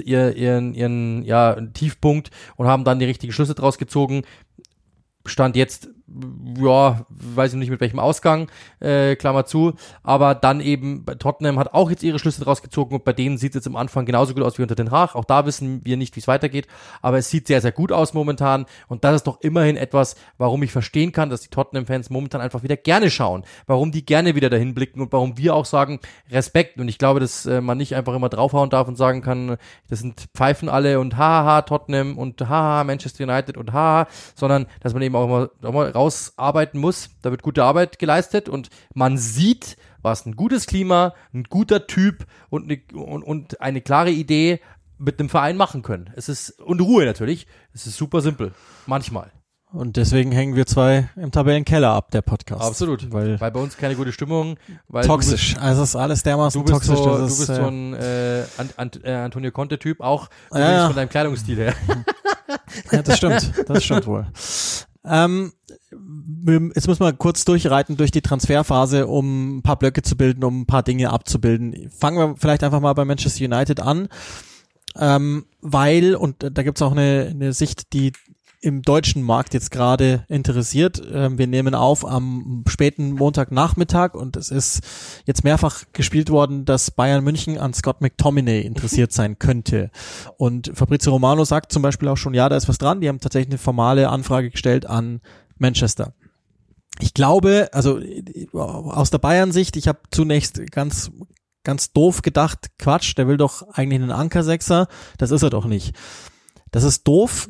Tiefpunkt und haben dann die richtigen Schlüsse draus gezogen. Stand jetzt, weiß ich nicht mit welchem Ausgang, Klammer zu, aber dann eben, Tottenham hat auch jetzt ihre Schlüsse draus gezogen und bei denen sieht es jetzt am Anfang genauso gut aus wie unter Den Haag. Auch da wissen wir nicht, wie es weitergeht, aber es sieht sehr, sehr gut aus momentan und das ist doch immerhin etwas, warum ich verstehen kann, dass die Tottenham-Fans momentan einfach wieder gerne schauen, warum die gerne wieder dahin blicken und warum wir auch sagen, Respekt. Und ich glaube, dass man nicht einfach immer draufhauen darf und sagen kann, das sind Pfeifen alle und haha Tottenham und haha Manchester United und haha, sondern dass man eben auch immer rausarbeiten muss. Da wird gute Arbeit geleistet und man sieht, was ein gutes Klima, ein guter Typ und eine klare Idee mit einem Verein machen können. Und Ruhe natürlich. Es ist super simpel. Manchmal. Und deswegen hängen wir zwei im Tabellenkeller ab, der Podcast. Absolut. Weil bei uns keine gute Stimmung. Weil toxisch. Also es ist alles dermaßen toxisch. Du bist so ein Antonio Conte-Typ, auch von deinem Kleidungsstil her. Ja, das stimmt wohl. Jetzt müssen wir kurz durchreiten durch die Transferphase, um ein paar Blöcke zu bilden, um ein paar Dinge abzubilden. Fangen wir vielleicht einfach mal bei Manchester United an, weil, und da gibt's auch eine Sicht, die im deutschen Markt jetzt gerade interessiert. Wir nehmen auf am späten Montagnachmittag und es ist jetzt mehrfach gespielt worden, dass Bayern München an Scott McTominay interessiert sein könnte. Und Fabrizio Romano sagt zum Beispiel auch schon, ja, da ist was dran. Die haben tatsächlich eine formale Anfrage gestellt an Manchester. Ich glaube, also aus der Bayern-Sicht, ich habe zunächst ganz doof gedacht, Quatsch, der will doch eigentlich einen Anker-Sechser. Das ist er doch nicht. Das ist doof.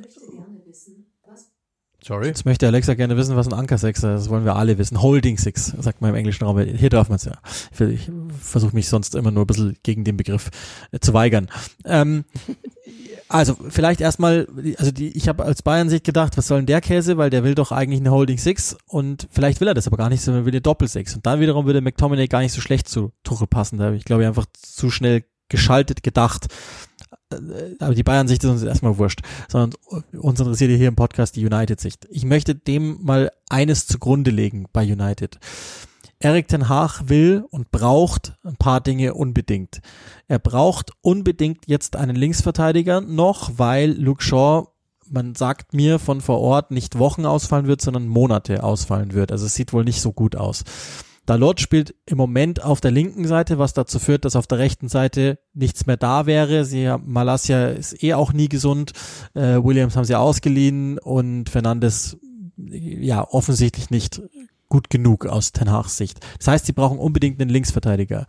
Sorry. Jetzt möchte Alexa gerne wissen, was ein Anker-Sechser ist. Das wollen wir alle wissen. Holding Six, sagt man im englischen Raum. Hier darf man es ja. Ich versuche mich sonst immer nur ein bisschen gegen den Begriff zu weigern. Also vielleicht erstmal, ich habe als Bayern-Sicht gedacht, was soll denn der Käse, weil der will doch eigentlich eine Holding Six und vielleicht will er das aber gar nicht, sondern will eine Doppel-Six. Und dann wiederum würde McTominay gar nicht so schlecht zu Tuchel passen. Da habe ich, glaube ich, einfach zu schnell geschaltet gedacht. Aber die Bayern-Sicht ist uns erstmal wurscht, sondern uns interessiert hier im Podcast die United-Sicht. Ich möchte dem mal eines zugrunde legen bei United. Erik ten Hag will und braucht ein paar Dinge unbedingt. Er braucht unbedingt jetzt einen Linksverteidiger noch, weil Luke Shaw, man sagt mir von vor Ort, nicht Wochen ausfallen wird, sondern Monate ausfallen wird. Also es sieht wohl nicht so gut aus. Dalot spielt im Moment auf der linken Seite, was dazu führt, dass auf der rechten Seite nichts mehr da wäre. Malacia ist auch nie gesund. Williams haben sie ausgeliehen und Fernandes ja offensichtlich nicht gut genug aus Ten Hags Sicht. Das heißt, sie brauchen unbedingt einen Linksverteidiger.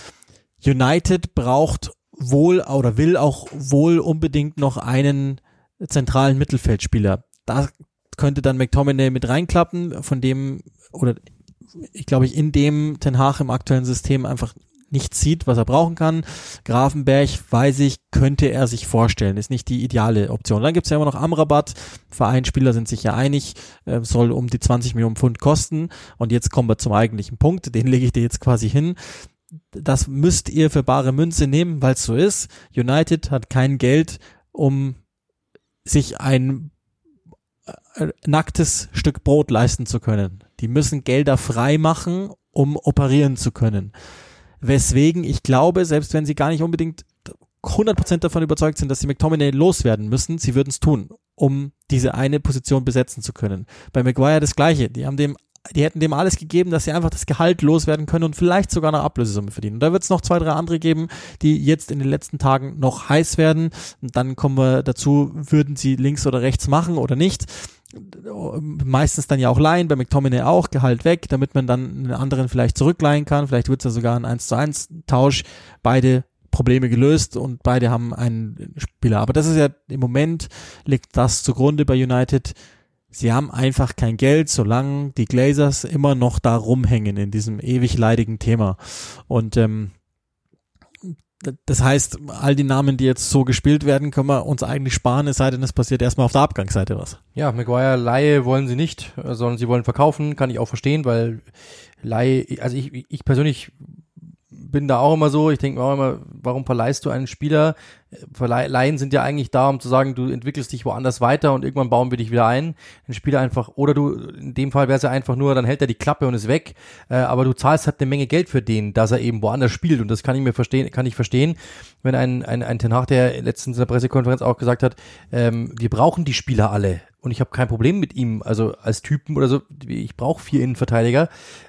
United braucht wohl oder will auch wohl unbedingt noch einen zentralen Mittelfeldspieler. Da könnte dann McTominay mit reinklappen, von dem, oder ich glaube, in dem Ten Hag im aktuellen System einfach nicht sieht, was er brauchen kann. Grafenberg, weiß ich, könnte er sich vorstellen. Ist nicht die ideale Option. Dann gibt's ja immer noch Amrabat. Vereinsspieler sind sich ja einig, soll um die 20 Millionen Pfund kosten. Und jetzt kommen wir zum eigentlichen Punkt. Den lege ich dir jetzt quasi hin. Das müsst ihr für bare Münze nehmen, weil es so ist. United hat kein Geld, um sich ein nacktes Stück Brot leisten zu können. Die müssen Gelder frei machen, um operieren zu können. Weswegen ich glaube, selbst wenn sie gar nicht unbedingt 100% davon überzeugt sind, dass sie McTominay loswerden müssen, sie würden es tun, um diese eine Position besetzen zu können. Bei Maguire das Gleiche. Die hätten dem alles gegeben, dass sie einfach das Gehalt loswerden können und vielleicht sogar eine Ablösesumme verdienen. Und da wird es noch 2, 3 andere geben, die jetzt in den letzten Tagen noch heiß werden. Und dann kommen wir dazu, würden sie links oder rechts machen oder nicht. Meistens dann ja auch leihen, bei McTominay auch, Gehalt weg, damit man dann einen anderen vielleicht zurückleihen kann. Vielleicht wird es ja sogar ein 1:1 Tausch. Beide Probleme gelöst und beide haben einen Spieler. Aber das ist ja, im Moment liegt das zugrunde bei United. Sie haben einfach kein Geld, solange die Glazers immer noch da rumhängen in diesem ewig leidigen Thema. Und das heißt, all die Namen, die jetzt so gespielt werden, können wir uns eigentlich sparen, es sei denn, es passiert erstmal auf der Abgangsseite was. Ja, Maguire, Leihe wollen sie nicht, sondern sie wollen verkaufen, kann ich auch verstehen, weil Leihe, also ich persönlich bin da auch immer so, ich denke mir auch immer, warum verleihst du einen Spieler? Leihen sind ja eigentlich da, um zu sagen, du entwickelst dich woanders weiter und irgendwann bauen wir dich wieder ein. Ein Spieler einfach, oder du, in dem Fall wäre es ja einfach nur, dann hält er die Klappe und ist weg, aber du zahlst halt eine Menge Geld für den, dass er eben woanders spielt und das kann ich verstehen, wenn ein Ten Hag, der letztens in der Pressekonferenz auch gesagt hat, wir brauchen die Spieler alle und ich habe kein Problem mit ihm, also als Typen oder so, ich brauche 4 Innenverteidiger,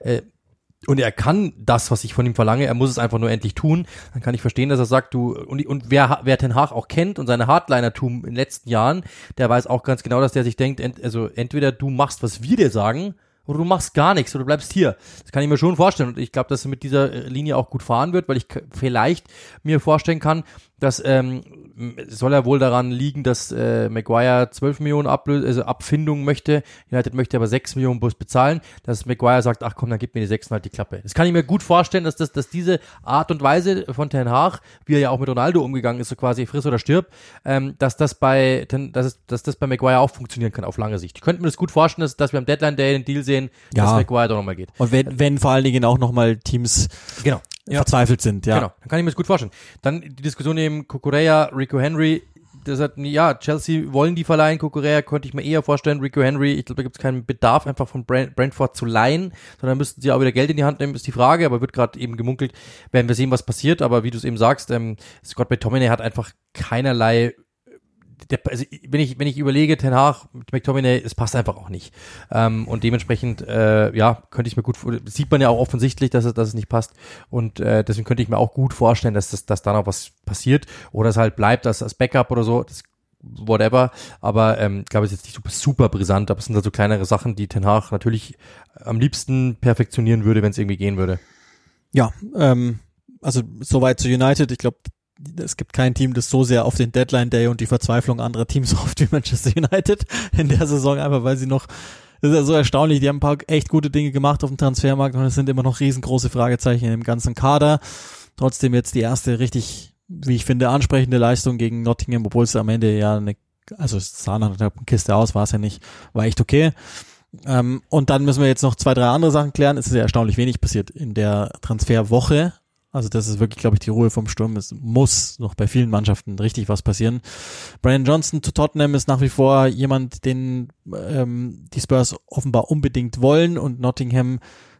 und er kann das, was ich von ihm verlange, er muss es einfach nur endlich tun, dann kann ich verstehen, dass er sagt, und wer Ten Hag auch kennt und seine Hardlinertum in den letzten Jahren, der weiß auch ganz genau, dass der sich denkt, also entweder du machst, was wir dir sagen, oder du machst gar nichts oder du bleibst hier. Das kann ich mir schon vorstellen und ich glaube, dass er mit dieser Linie auch gut fahren wird, weil ich vielleicht mir vorstellen kann, dass soll er wohl daran liegen, dass Maguire 12 Millionen Abfindung möchte, United möchte aber 6 Millionen bloß bezahlen, dass Maguire sagt, ach komm, dann gib mir die 6 halt die Klappe. Das kann ich mir gut vorstellen, dass diese Art und Weise von Ten Hag, wie er ja auch mit Ronaldo umgegangen ist, so quasi friss oder stirb, dass das bei Maguire auch funktionieren kann auf lange Sicht. Ich könnte mir das gut vorstellen, dass wir am Deadline Day den Deal sehen, dass Maguire doch nochmal geht. Und wenn vor allen Dingen auch nochmal Teams verzweifelt sind, ja. Genau, dann kann ich mir das gut vorstellen. Dann die Diskussion eben Cucurella, Rico Henry, das hat, ja, Chelsea wollen die verleihen, Cucurella könnte ich mir eher vorstellen, Rico Henry, ich glaube, da gibt es keinen Bedarf, einfach von Brentford zu leihen, sondern müssten sie auch wieder Geld in die Hand nehmen, ist die Frage, aber wird gerade eben gemunkelt, werden wir sehen, was passiert, aber wie du es eben sagst, Scott McTominay hat einfach keinerlei, also wenn ich überlege, Ten Hag mit McTominay, es passt einfach auch nicht. Und dementsprechend, könnte ich mir gut, sieht man ja auch offensichtlich, dass es nicht passt. Und deswegen könnte ich mir auch gut vorstellen, dass da noch was passiert oder es halt bleibt als Backup oder so, das whatever. Aber ich glaube, es ist jetzt nicht super brisant, aber es sind halt so kleinere Sachen, die Ten Hag natürlich am liebsten perfektionieren würde, wenn es irgendwie gehen würde. Ja, also soweit zu United. Ich glaube, es gibt kein Team, das so sehr auf den Deadline Day und die Verzweiflung anderer Teams hofft wie Manchester United in der Saison, einfach weil sie noch, das ist ja so erstaunlich, die haben ein paar echt gute Dinge gemacht auf dem Transfermarkt und es sind immer noch riesengroße Fragezeichen im ganzen Kader. Trotzdem jetzt die erste richtig, wie ich finde, ansprechende Leistung gegen Nottingham, obwohl es am Ende ja es sah nach einer Kiste aus, war es ja nicht, war echt okay. Und dann müssen wir jetzt noch 2, 3 andere Sachen klären. Es ist ja erstaunlich wenig passiert in der Transferwoche. Also das ist wirklich, glaube ich, die Ruhe vom Sturm. Es muss noch bei vielen Mannschaften richtig was passieren. Brian Johnson zu Tottenham ist nach wie vor jemand, den die Spurs offenbar unbedingt wollen und Nottingham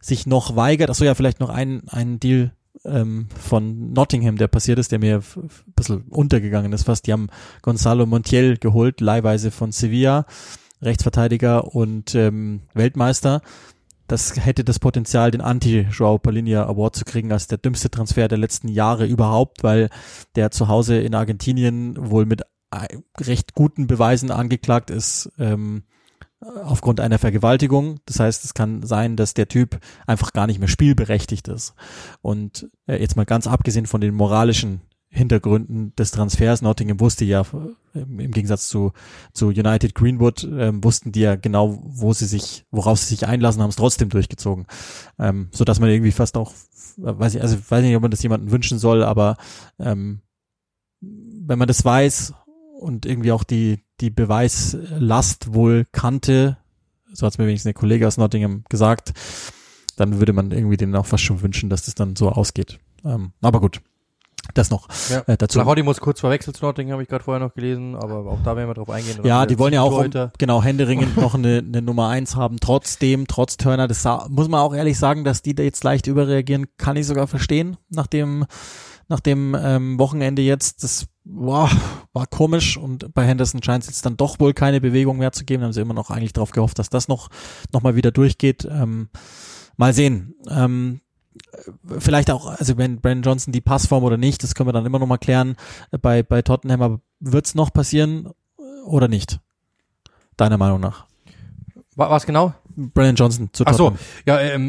sich noch weigert. Achso, ja, vielleicht noch ein Deal von Nottingham, der passiert ist, der mir ein bisschen untergegangen ist fast. Die haben Gonzalo Montiel geholt, leihweise von Sevilla, Rechtsverteidiger und Weltmeister. Das hätte das Potenzial, den Anti-Joao Palinha Award zu kriegen als der dümmste Transfer der letzten Jahre überhaupt, weil der zu Hause in Argentinien wohl mit recht guten Beweisen angeklagt ist, aufgrund einer Vergewaltigung. Das heißt, es kann sein, dass der Typ einfach gar nicht mehr spielberechtigt ist. Und jetzt mal ganz abgesehen von den moralischen Hintergründen des Transfers, Nottingham wusste ja, im Gegensatz zu United Greenwood, wussten die ja genau, worauf sie sich einlassen, haben es trotzdem durchgezogen. So dass man irgendwie fast auch, weiß nicht, ob man das jemandem wünschen soll, aber wenn man das weiß und irgendwie auch die Beweislast wohl kannte, so hat es mir wenigstens ein Kollege aus Nottingham gesagt, dann würde man irgendwie denen auch fast schon wünschen, dass das dann so ausgeht. Aber gut. Das noch dazu. Lahodi muss kurz verwechselt zu Nottingham, habe ich gerade vorher noch gelesen, aber auch da werden wir drauf eingehen. Ja, die wollen ja auch händeringend noch eine Nummer 1 haben, trotz Turner. Das muss man auch ehrlich sagen, dass die da jetzt leicht überreagieren, kann ich sogar verstehen, nach dem Wochenende jetzt. Das war komisch und bei Henderson scheint es jetzt dann doch wohl keine Bewegung mehr zu geben. Da haben sie immer noch eigentlich darauf gehofft, dass das noch mal wieder durchgeht. Mal sehen. Vielleicht auch, also wenn Brandon Johnson die Passform oder nicht, das können wir dann immer noch mal klären bei Tottenham, aber wird's noch passieren oder nicht? Deiner Meinung nach? Was genau? Brandon Johnson zu Tottenham. Ach so, ja,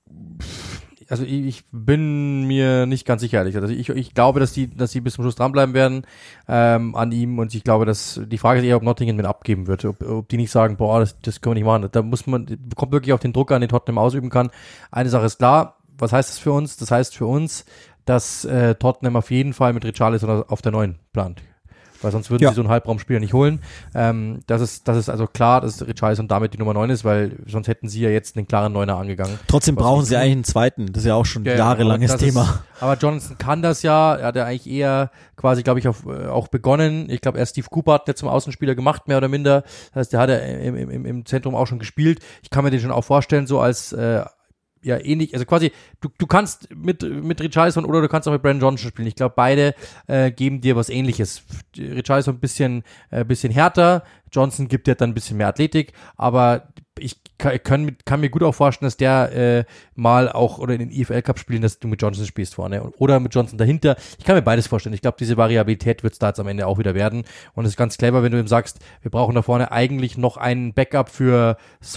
ich bin mir nicht ganz sicher, ehrlich. Also ich glaube, dass die bis zum Schluss dranbleiben werden an ihm, und ich glaube, dass die Frage ist eher, ob Nottingham den abgeben wird, ob die nicht sagen, boah, das können wir nicht machen. Da kommt wirklich auf den Druck an, den Tottenham ausüben kann. Eine Sache ist klar. Was heißt das für uns? Das heißt für uns, dass Tottenham auf jeden Fall mit Richarlison auf der 9 plant. Weil sonst würden sie so einen Halbraumspieler nicht holen. Das ist also klar, dass Richarlison damit die Nummer 9 ist, weil sonst hätten sie ja jetzt einen klaren Neuner angegangen. Trotzdem brauchen sie eigentlich einen zweiten. Das ist ja auch schon jahrelanges Thema. Aber Johnson kann das ja. Er hat ja eigentlich eher quasi, glaube ich, auch begonnen. Ich glaube, erst Steve Cooper hat der zum Außenspieler gemacht, mehr oder minder. Das heißt, der hat ja im Zentrum auch schon gespielt. Ich kann mir den schon auch vorstellen, so als ähnlich, also quasi, du kannst mit Richarlison oder du kannst auch mit Brandon Johnson spielen. Ich glaube, beide geben dir was Ähnliches. Richarlison ein bisschen härter, Johnson gibt dir dann ein bisschen mehr Athletik, aber ich kann mir gut auch vorstellen, dass der mal auch oder in den EFL Cup spielen, dass du mit Johnson spielst vorne oder mit Johnson dahinter. Ich kann mir beides vorstellen. Ich glaube, diese Variabilität wird es da jetzt am Ende auch wieder werden, und es ist ganz clever, wenn du ihm sagst, wir brauchen da vorne eigentlich noch einen Backup für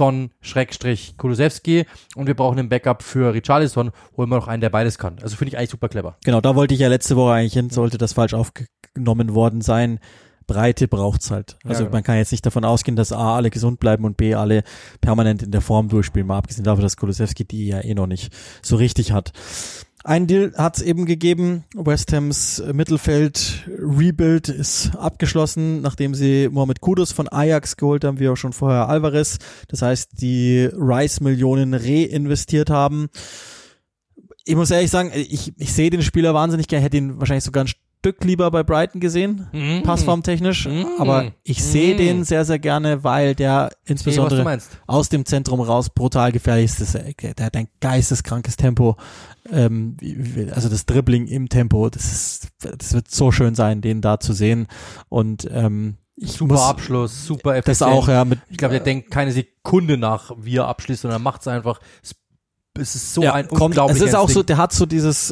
Son-Kulusewski und wir brauchen einen Backup für Richarlison, holen wir noch einen, der beides kann. Also finde ich eigentlich super clever. Genau, da wollte ich ja letzte Woche eigentlich hin, sollte das falsch aufgenommen worden sein. Breite braucht's halt. Also man kann jetzt nicht davon ausgehen, dass A, alle gesund bleiben und B, alle permanent in der Form durchspielen, mal abgesehen davon, dass Kulusewski die ja noch nicht so richtig hat. Ein Deal hat's eben gegeben. West Hams Mittelfeld Rebuild ist abgeschlossen, nachdem sie Mohamed Kudus von Ajax geholt haben, wie auch schon vorher Alvarez. Das heißt, die Rice-Millionen reinvestiert haben. Ich muss ehrlich sagen, ich sehe den Spieler wahnsinnig gerne, hätte ihn wahrscheinlich sogar ein Stück lieber bei Brighton gesehen, passformtechnisch, aber ich sehe den sehr, sehr gerne, weil der insbesondere aus dem Zentrum raus brutal gefährlich ist. Der hat ein geisteskrankes Tempo, also das Dribbling im Tempo, das wird so schön sein, den da zu sehen, und super Abschluss, super effizient. Das auch, ja. Ich glaube, der denkt keine Sekunde nach, wie er abschließt, sondern macht es einfach. Es ist so ein unglaubliches Es ist auch so, der hat so dieses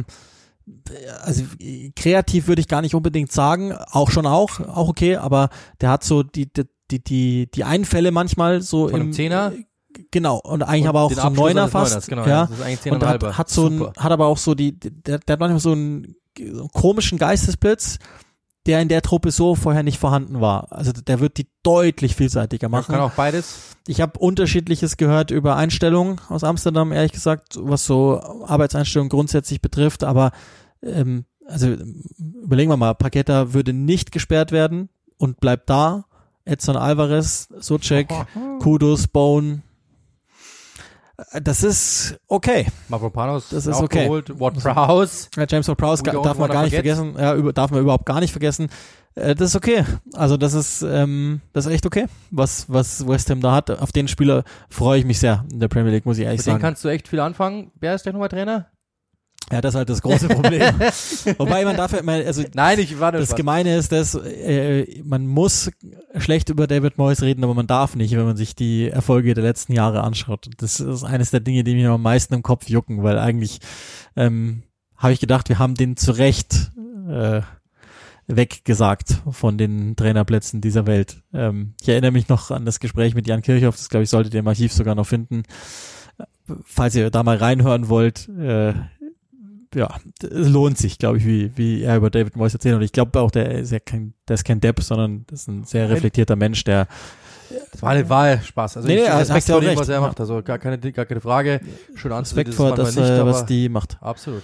also kreativ würde ich gar nicht unbedingt sagen, auch okay, aber der hat so die Einfälle manchmal so von einem Zehner. Genau, und eigentlich aber auch so ein Neuner fast. Genau, ja. Das ist eigentlich 10 und hat aber auch so der hat manchmal so einen komischen Geistesblitz, der in der Truppe so vorher nicht vorhanden war. Also der wird die deutlich vielseitiger machen. Kann auch beides. Ich habe Unterschiedliches gehört über Einstellungen aus Amsterdam, ehrlich gesagt, was so Arbeitseinstellungen grundsätzlich betrifft, aber also überlegen wir mal, Paqueta würde nicht gesperrt werden und bleibt da. Edson Alvarez, Souček, Kudus, Bone. Das ist okay. Mavropanos Das ist okay. Geholt. Ward-Prowse. Ja, James Ward-Prowse darf man gar nicht vergessen. Ja, darf man überhaupt gar nicht vergessen. Das ist okay. Also das ist echt okay, was West Ham da hat. Auf den Spieler freue ich mich sehr in der Premier League, muss ich ehrlich sagen. Mit dem kannst du echt viel anfangen. Wer ist der nochmal Trainer? Ja, das ist halt das große Problem. Wobei man dafür immer, also nein, ich war das Gemeine ist, dass man muss schlecht über David Moyes reden, aber man darf nicht, wenn man sich die Erfolge der letzten Jahre anschaut. Das ist eines der Dinge, die mir am meisten im Kopf jucken, weil eigentlich habe ich gedacht, wir haben den zu Recht weggesagt von den Trainerplätzen dieser Welt. Ich erinnere mich noch an das Gespräch mit Jan Kirchhoff, das glaube ich solltet ihr im Archiv sogar noch finden. Falls ihr da mal reinhören wollt, ja, es lohnt sich, glaube ich, wie er über David Moyes erzählt. Und ich glaube auch, der ist kein Depp, sondern das ist ein sehr reflektierter Mensch, der das war Spaß. Also nee, ich Respekt vor dem, recht. was er macht. Also gar keine Frage. Schön anzusehen. Respekt vor das, was die macht. Absolut.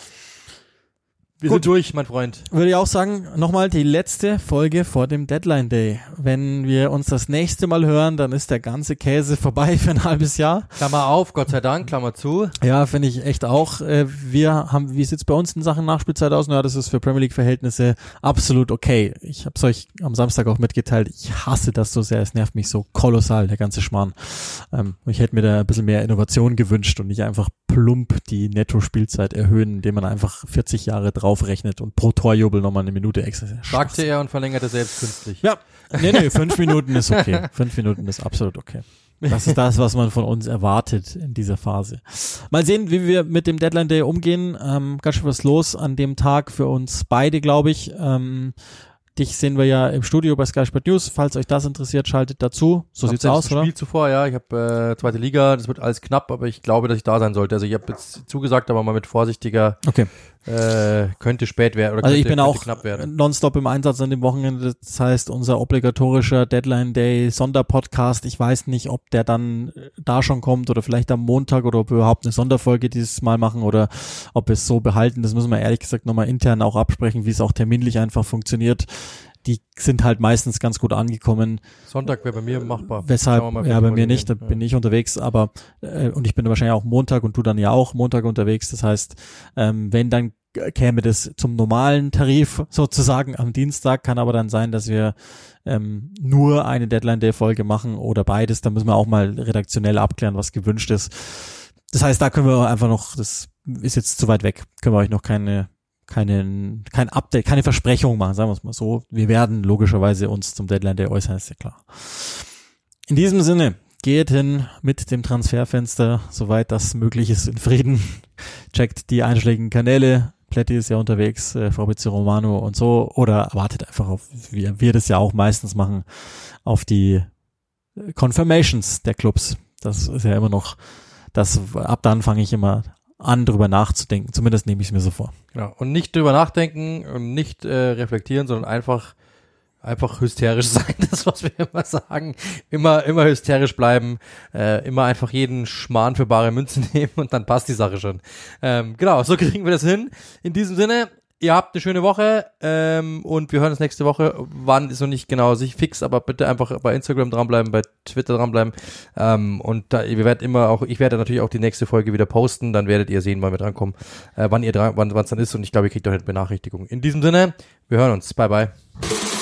Wir sind durch, mein Freund. Würde ich auch sagen, nochmal die letzte Folge vor dem Deadline Day. Wenn wir uns das nächste Mal hören, dann ist der ganze Käse vorbei für ein halbes Jahr. Klammer auf, Gott sei Dank, Klammer zu. Ja, finde ich echt auch. Wie sieht's bei uns in Sachen Nachspielzeit aus? Ja, das ist für Premier League Verhältnisse absolut okay. Ich habe es euch am Samstag auch mitgeteilt. Ich hasse das so sehr. Es nervt mich so kolossal, der ganze Schmarrn. Ich hätte mir da ein bisschen mehr Innovation gewünscht und nicht einfach plump die Netto-Spielzeit erhöhen, indem man einfach 40 Jahre draufrechnet und pro Torjubel nochmal eine Minute extra. Sagte er und verlängerte selbst künstlich. Ja, nee, 5 Minuten ist okay. 5 Minuten ist absolut okay. Das ist das, was man von uns erwartet in dieser Phase. Mal sehen, wie wir mit dem Deadline Day umgehen. Ganz schön was los an dem Tag für uns beide, glaube ich. Dich sehen wir ja im Studio bei Sky Sport News. Falls euch das interessiert, schaltet dazu. So sieht's aus, oder? Spiel zuvor, ja. Ich habe zweite Liga, das wird alles knapp, aber ich glaube, dass ich da sein sollte. Also ich habe jetzt zugesagt, aber mal mit vorsichtiger, okay. Könnte spät werden oder also könnte, ich bin auch knapp werden. Nonstop im Einsatz an dem Wochenende. Das heißt, unser obligatorischer Deadline Day Sonderpodcast. Ich weiß nicht, ob der dann da schon kommt oder vielleicht am Montag oder ob wir überhaupt eine Sonderfolge dieses Mal machen oder ob wir es so behalten. Das müssen wir ehrlich gesagt nochmal intern auch absprechen, wie es auch terminlich einfach funktioniert. Die sind halt meistens ganz gut angekommen. Sonntag wäre bei mir machbar. Weshalb, ja, bei mir nicht, da bin ich unterwegs, aber und ich bin wahrscheinlich auch Montag und du dann ja auch Montag unterwegs. Das heißt, wenn dann käme das zum normalen Tarif sozusagen am Dienstag, kann aber dann sein, dass wir nur eine Deadline-Day-Folge machen oder beides. Da müssen wir auch mal redaktionell abklären, was gewünscht ist. Das heißt, da können wir einfach noch, das ist jetzt zu weit weg, können wir euch noch kein Update, keine Versprechung machen, sagen wir es mal so. Wir werden logischerweise uns zum Deadline Day äußern, ist ja klar. In diesem Sinne, geht hin mit dem Transferfenster, soweit das möglich ist, in Frieden. Checkt die einschlägigen Kanäle. Pletti ist ja unterwegs, Fabrizio Romano und so. Oder wartet einfach auf, wie wir das ja auch meistens machen, auf die Confirmations der Clubs. Das ist ja immer noch, ab dann fange ich immer an, drüber nachzudenken. Zumindest nehme ich es mir so vor. Genau. Und nicht drüber nachdenken und nicht reflektieren, sondern einfach hysterisch sein, das, was wir immer sagen. Immer hysterisch bleiben, immer einfach jeden Schmarrn für bare Münzen nehmen und dann passt die Sache schon. Genau, so kriegen wir das hin. In diesem Sinne, ihr habt eine schöne Woche und wir hören uns nächste Woche. Wann ist noch nicht genau sich fix, aber bitte einfach bei Instagram dranbleiben, bei Twitter dranbleiben und da, ich werde natürlich auch die nächste Folge wieder posten, dann werdet ihr sehen, wann wir drankommen, wann es dann ist und ich glaube, ihr kriegt auch eine Benachrichtigung. In diesem Sinne, wir hören uns. Bye, bye.